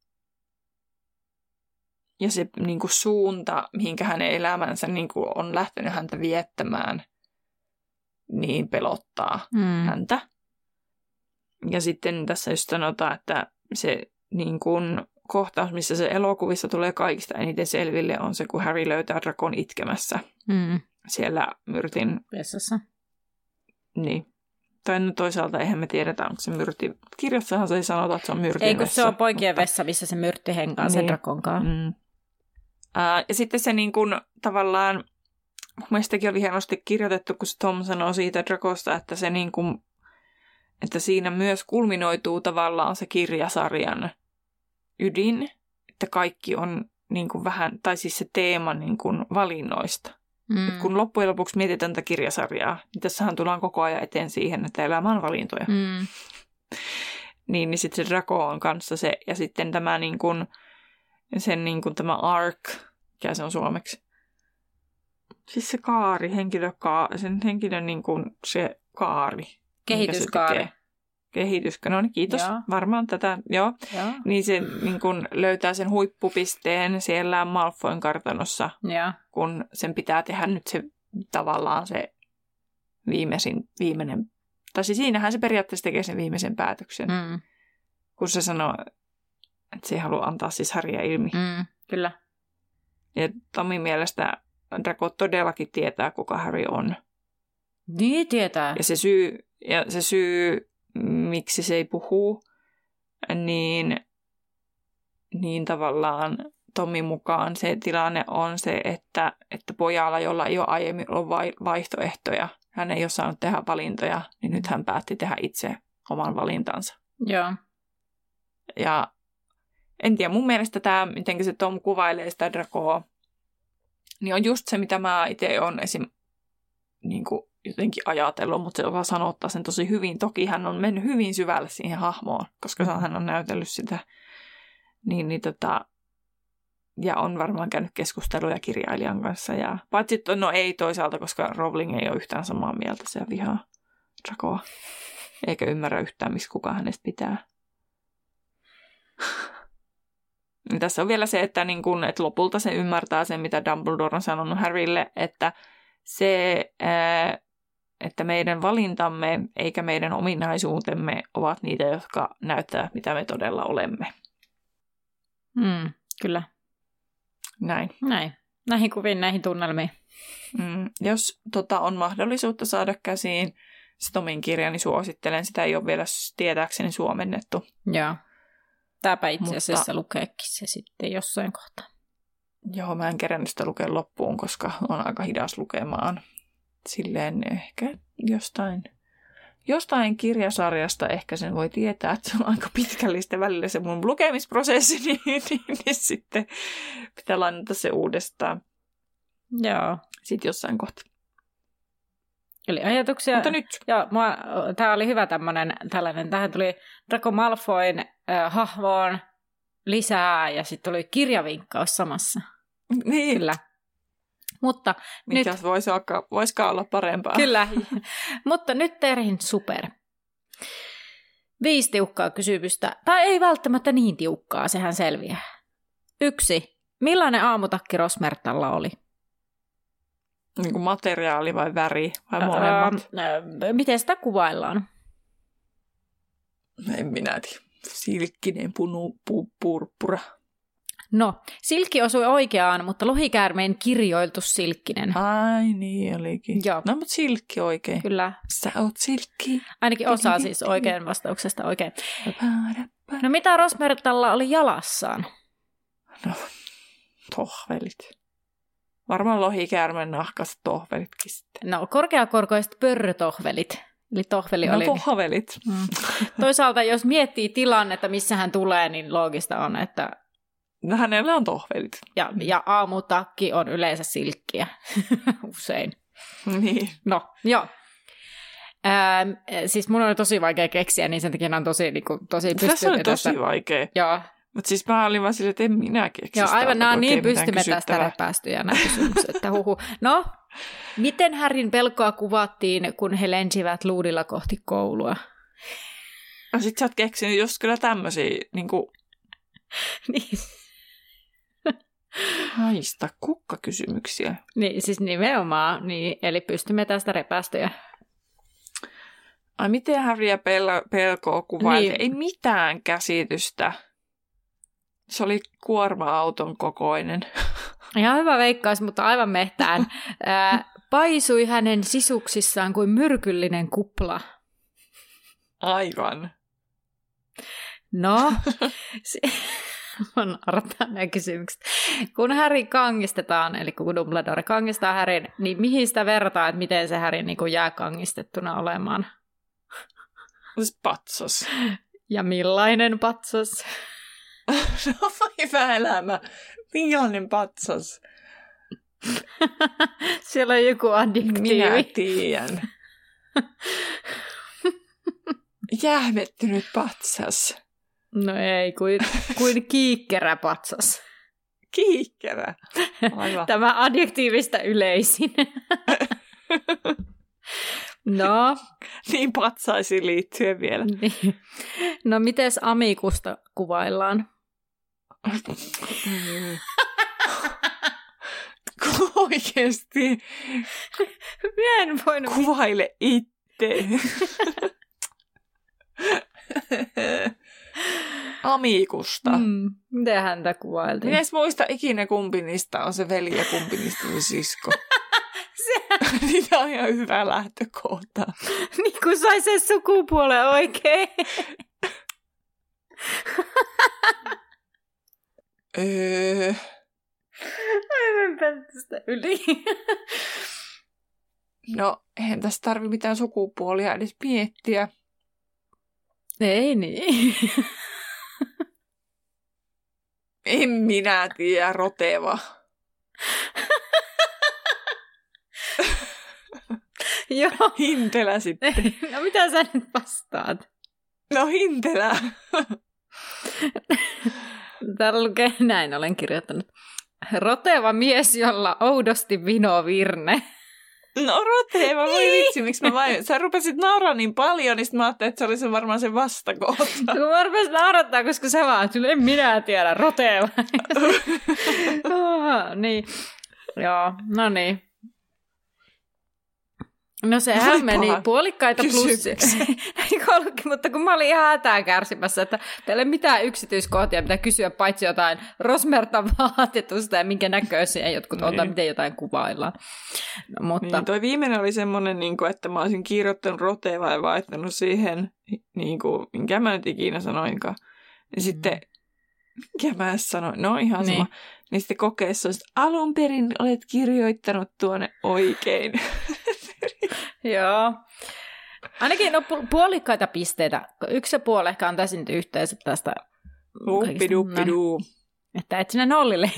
ja se niin kuin suunta, mihinkä hänen elämänsä niin kuin on lähtenyt häntä viettämään, niin pelottaa mm. häntä. Ja sitten tässä just sanotaan, että se niin kuin kohtaus, missä se elokuvissa tulee kaikista eniten selville, on se, kun Harry löytää Dracon itkemässä. Mm. Siellä myrtin... vessassa. Niin. Tai no toisaalta eihän me tiedetä, onko se myrtti. Kirjassahan se ei sanota, että se on myrtin ei, kun vessa. Se on poikien mutta... vessa, missä se myrtti henkaa niin. Sen Draconkaan. Mm. Uh, ja sitten se niin kuin tavallaan, mielestäkin oli hienosti kirjoitettu, kun se Tom sanoo siitä Dracosta, että se niin kuin että siinä myös kulminoituu tavallaan se kirjasarjan ydin, että kaikki on niin kuin vähän, tai siis se teema niin kuin valinnoista. Mm. Et kun loppujen lopuksi mietitään tätä kirjasarjaa, niin tässähän tullaan koko ajan eteen siihen, että elämä on valintoja. Mm. niin, niin sitten se Draco on kanssa se, ja sitten tämä niin kuin, sen niin kuin tämä arc, mikä se on suomeksi? Siis se kaari, henkilöka- sen henkilön niin kuin se kaari. Kehityskaari. Kehityskaari, no niin, kiitos. Joo. Varmaan tätä, joo. joo. Niin se niin kun löytää sen huippupisteen siellä Malfoyn kartanossa, joo. kun sen pitää tehdä nyt se tavallaan se viimeisin, viimeinen, tai siis siinähän se periaatteessa tekee sen viimeisen päätöksen. Mm. Kun se sanoo, että se ei halua antaa siis Harryä ilmi. Mm, kyllä. Ja Tomin mielestä Draco todellakin tietää, kuka Harry on. Niin tietää. Ja se syy, ja se syy miksi se ei puhu, niin, niin tavallaan Tomin mukaan se tilanne on se, että, että pojalla, jolla ei ole aiemmin ollut vaihtoehtoja, hän ei ole saanut tehdä valintoja, niin nyt hän päätti tehdä itse oman valintansa. Joo. Ja en tiedä, mun mielestä tämä, miten se Tom kuvailee sitä Dracoa, niin on just se, mitä mä itse olen esim. Niin kuin jotenkin ajatellut, mutta se osaa sanottaa sen tosi hyvin. Toki hän on mennyt hyvin syvälle siihen hahmoon, koska hän on näytellyt sitä. Niin, niin tota, ja on varmaan käynyt keskusteluja kirjailijan kanssa. Ja, paitsi, no ei toisaalta, koska Rowling ei ole yhtään samaa mieltä, se vihaa Dracoa. Eikä ymmärrä yhtään, miksi kukaan hänestä pitää. Tässä on vielä se, että, niin kun, että lopulta se ymmärtää sen, mitä Dumbledore on sanonut Harrylle, että se, että meidän valintamme eikä meidän ominaisuutemme ovat niitä, jotka näyttävät, mitä me todella olemme. Mm, kyllä. Näin. Näin. Näihin kuviin, näihin tunnelmiin. Mm, jos tota, on mahdollisuutta saada käsiin se Tomin kirja, niin suosittelen. Sitä ei ole vielä tietääkseni suomennettu. Joo. Tämäpä itse asiassa Mutta lukeekin se sitten jossain kohtaa. Joo, mä en kerännyt sitä lukea loppuun, koska on aika hidas lukemaan. Silleen ehkä jostain, jostain kirjasarjasta ehkä sen voi tietää, että se on aika pitkällistä välillä se mun lukemisprosessi, niin, niin, niin sitten pitää lainata se uudestaan. Joo. Sitten jossain kohtaa. Eli ajatuksia. Mutta nyt. Joo, tämä oli hyvä tämmöinen tällainen. Tähän tuli Draco Malfoyn äh, hahmoon lisää ja sitten tuli kirjavinkkaus samassa. Niin. Kyllä. Mutta mikä nyt voisi alkaa, voisikaan olla parempaa. Kyllä. Mutta nyt Terhin super. Viisi tiukkaa kysymystä. Tai ei välttämättä niin tiukkaa, sehän selviää. Yksi. Millainen aamutakki Rosmertalla oli? Niin kuin materiaali vai väri vai molemmat? Öö, miten sitä kuvaillaan? En minä tiedä. Silkkinen, punu, pu, purppura. No, silkki osui oikeaan, mutta lohikäärmeen kirjoiltu silkkinen. Ai niin olikin. Joo. No, mutta silkki oikein. Kyllä. Sä oot silkki. Ainakin osaa siis oikein vastauksesta oikein. No mitä Rosmertalla oli jalassaan? No, tohvelit. Varmaan lohikäärmeen nahkaiset tohvelitkin sitten. No, korkeakorkoiset pörrötohvelit. Eli tohveli no, oli... tohvelit. Mm. Toisaalta, jos miettii tilannetta, missä hän tulee, niin loogista on, että... No, hänellä on tohvelit. Ja, ja aamutakki on yleensä silkkiä. Usein. Niin. No, joo. Ähm, siis mun oli tosi vaikea keksiä, niin sen takia on tosi, niin kuin, tosi pystynyt. Tässä oli tosi tässä... vaikea. Joo. Mutta siis mä olin vaan silleen, että en minä keksi. Joo, aivan nämä on niin pystymme tästä repäästyjä nämä kysymykset, että huhu. No, miten Harryn pelkoa kuvattiin, kun he lensivät luudilla kohti koulua? No sit sä oot keksinyt just kyllä tämmöisiä, niinku... niin. Haista kukkakysymyksiä. Niin, siis nimenomaan, niin, eli pystymme tästä repäästyä. Ai miten Harryä pel- pelkoa kuvaili? Niin. Ei mitään käsitystä. Se oli kuorma-auton kokoinen. Ihan hyvä veikkaus, mutta aivan mehtään. Ää, paisui hänen sisuksissaan kuin myrkyllinen kupla. Aivan. No, on arvotaan nämä kysymykset. Kun Harry kangistetaan, eli kun Dumbledore kangistaa Harryn, niin mihin sitä vertaa, että miten se Harry niin kuin jää kangistettuna olemaan? Patsas. Ja millainen patsas? No hyvä elämä. Millainen patsas? Siellä on joku adjektiivi. Minä tiedän. Jähmettynyt patsas. No ei, kuin, kuin kiikkerä patsas. Kiikkerä? Aivan. Tämä adjektiivista yleisin. No. Niin patsaisiin liittyen vielä. Niin. No mites amikusta kuvaillaan? Oikeesti. Mä en voinut... Kuvaile itse. Amikusta. Mm, miten häntä kuvailtiin? Minä en muista ikinä kumpi niistä on se veli ja kumpi niistä on se sisko. Niitä on ihan hyvä lähtökohta. Niin kun sai sen sukupuolen oikein. öö... Aivan päästä sitä yli. No, eihän tässä tarvi mitään sukupuolia edes miettiä. Ei niin. En minä tiedä, roteva. Joo. Hintelä sitten. No mitä sä nyt vastaat? No hintelä. Täällä lukee, näin olen kirjoittanut. Roteva mies, jolla oudosti vino virne. No roteva, voi vitsi, miksi mä vain... Sä rupesit nauraa niin paljon, niin mä ajattelin, että se oli se varmaan se vastakohta. Kun mä rupesin naurattaa, koska sä vaan, että en minä tiedä, roteva. oh, niin, joo, no niin. No sehän meni puolikkaita plussia. Mutta kun mä olin ihan hätää kärsimässä, että teillä ei mitään yksityiskohtia, mitä kysyä, paitsi jotain Rosmertan vaatetusta ja minkä näköisiä jotkut on, niin. Miten jotain kuvaillaan. No, mutta... Niin, toi viimeinen oli semmoinen, että mä olisin kirjoittanut roteva ja vaihtanut siihen, niin kuin, minkä mä nyt ikinä sanoinkaan. Ja sitten, mm. minkä mä sanoin, no ihan niin. Sama. Niin sitten kokeessa on, että alun perin olet kirjoittanut tuonne oikein. Joo. Ainakin no, puolikkaita pisteitä. Yksi ja puoli ehkä antaisin nyt yhteensä tästä. Uppiduppiduu. Että et sinä nollille.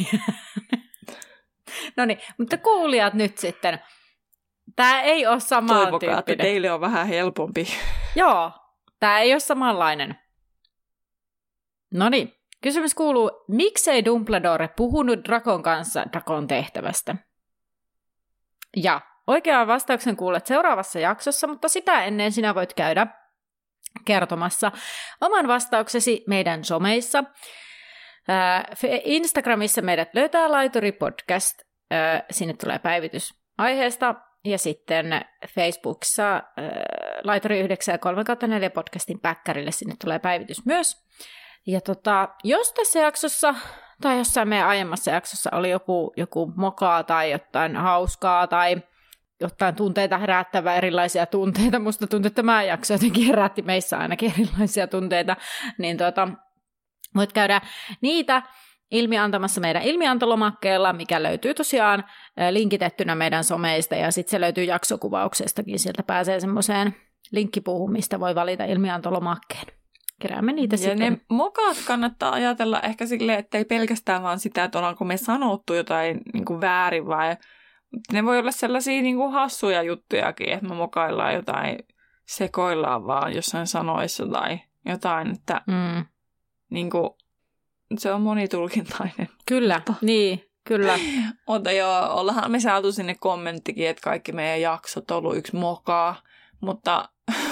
No niin, mutta kuulijat nyt sitten. Tämä ei ole samantyyppinen. Toivokaa, että teille on vähän helpompi. Joo, tämä ei ole samanlainen. No niin, kysymys kuuluu, miksei Dumbledore puhunut Drakon kanssa Drakon tehtävästä? Ja oikean vastauksen kuulet seuraavassa jaksossa, mutta sitä ennen sinä voit käydä kertomassa oman vastauksesi meidän someissa. Instagramissa meidät löytää Laituri Podcast. Sinne tulee päivitys aiheesta. Ja sitten Facebookissa Laituri yhdeksän ja kolme kautta neljä podcastin päkkärille sinne tulee päivitys myös. Ja tota, jos tässä jaksossa tai jossain meidän aiemmassa jaksossa oli joku, joku mokaa tai jotain hauskaa tai jotain tunteita herättävää, erilaisia tunteita. Musta tuntuu, että tämä jakso jotenkin herätti meissä ainakin erilaisia tunteita. Niin tuota, voit käydä niitä ilmiantamassa meidän ilmiantolomakkeella, mikä löytyy tosiaan linkitettynä meidän someista. Ja sitten se löytyy jaksokuvauksestakin. Sieltä pääsee semmoiseen linkkipuuhun, mistä voi valita ilmiantolomakkeen. Keräämme niitä ja sitten. Ne mokat kannattaa ajatella ehkä silleen, että ei pelkästään vaan sitä, että ollaanko me sanottu jotain niin kuin väärin, vai ne voi olla sellaisia niin kuin hassuja juttujakin, että me mokaillaan jotain, sekoillaan vaan jossain sanoissa tai jotain, että mm. niin kuin, se on monitulkintainen. Kyllä, mutta, niin, kyllä. Mutta joo, ollaanhan me saatu sinne kommenttikin, että kaikki meidän jaksot on ollut yksi mokaa, mutta,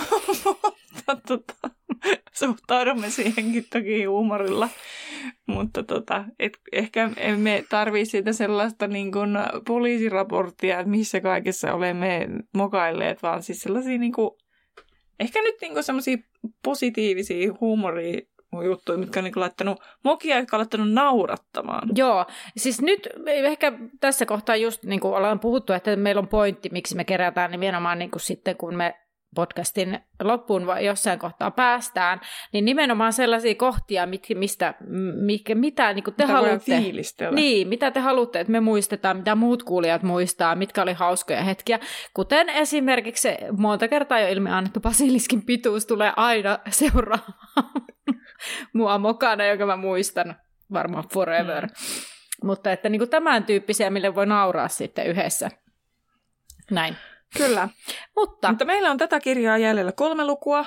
mutta tota, suhtaudumme siihenkin toki huumorilla. Mutta tota, et ehkä emme tarvitse siitä sellaista niin kuin poliisiraporttia, että missä kaikessa olemme mokailleet, vaan siis sellaisia niin kuin, ehkä nyt niin kuin sellaisia positiivisia huumoria juttuja, mitkä on niin kuin laittanut mokia, jotka on laittanut naurattamaan. Joo, siis nyt ehkä tässä kohtaa just niin kuin ollaan puhuttu, että meillä on pointti, miksi me kerätään nimenomaan niin kuin sitten, kun me podcastin loppuun vai jossain kohtaa päästään, niin nimenomaan sellaisia kohtia, mitkä, mistä, mitkä, mitä niin kuin te mitä haluatte. Niin, mitä te haluatte, että me muistetaan, mitä muut kuulijat muistaa, mitkä oli hauskoja hetkiä. Kuten esimerkiksi se monta kertaa jo ilmi annettu basiliskin pituus tulee aina seuraamaan mua mukana, joka mä muistan varmaan forever. Mm. Mutta että niin kuin tämän tyyppisiä, mille voi nauraa sitten yhdessä. Näin. Kyllä. Mutta, Mutta meillä on tätä kirjaa jäljellä kolme lukua.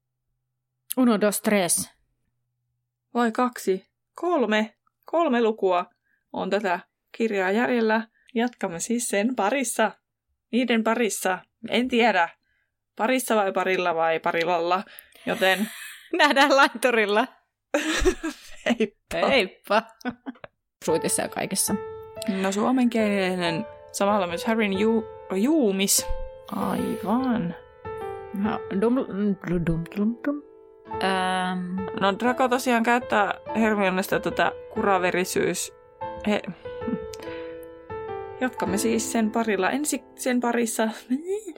Uno, dos, tres. Vai kaksi? Kolme. Kolme lukua on tätä kirjaa jäljellä. Jatkamme siis sen parissa. Niiden parissa. En tiedä. Parissa vai parilla vai parilalla. Joten nähdään laiturilla. Heippa. Heippa. Suitissa ja kaikessa. No suomenkielinen. Samalla myös Harryn ju- juumis. Aivan. No, dum, dum, dum, dum. Ähm... No Draco tosiaan käyttää Hermionesta tätä kuraverisyys... He... Jatkamme siis sen parilla. Ensi sen parissa...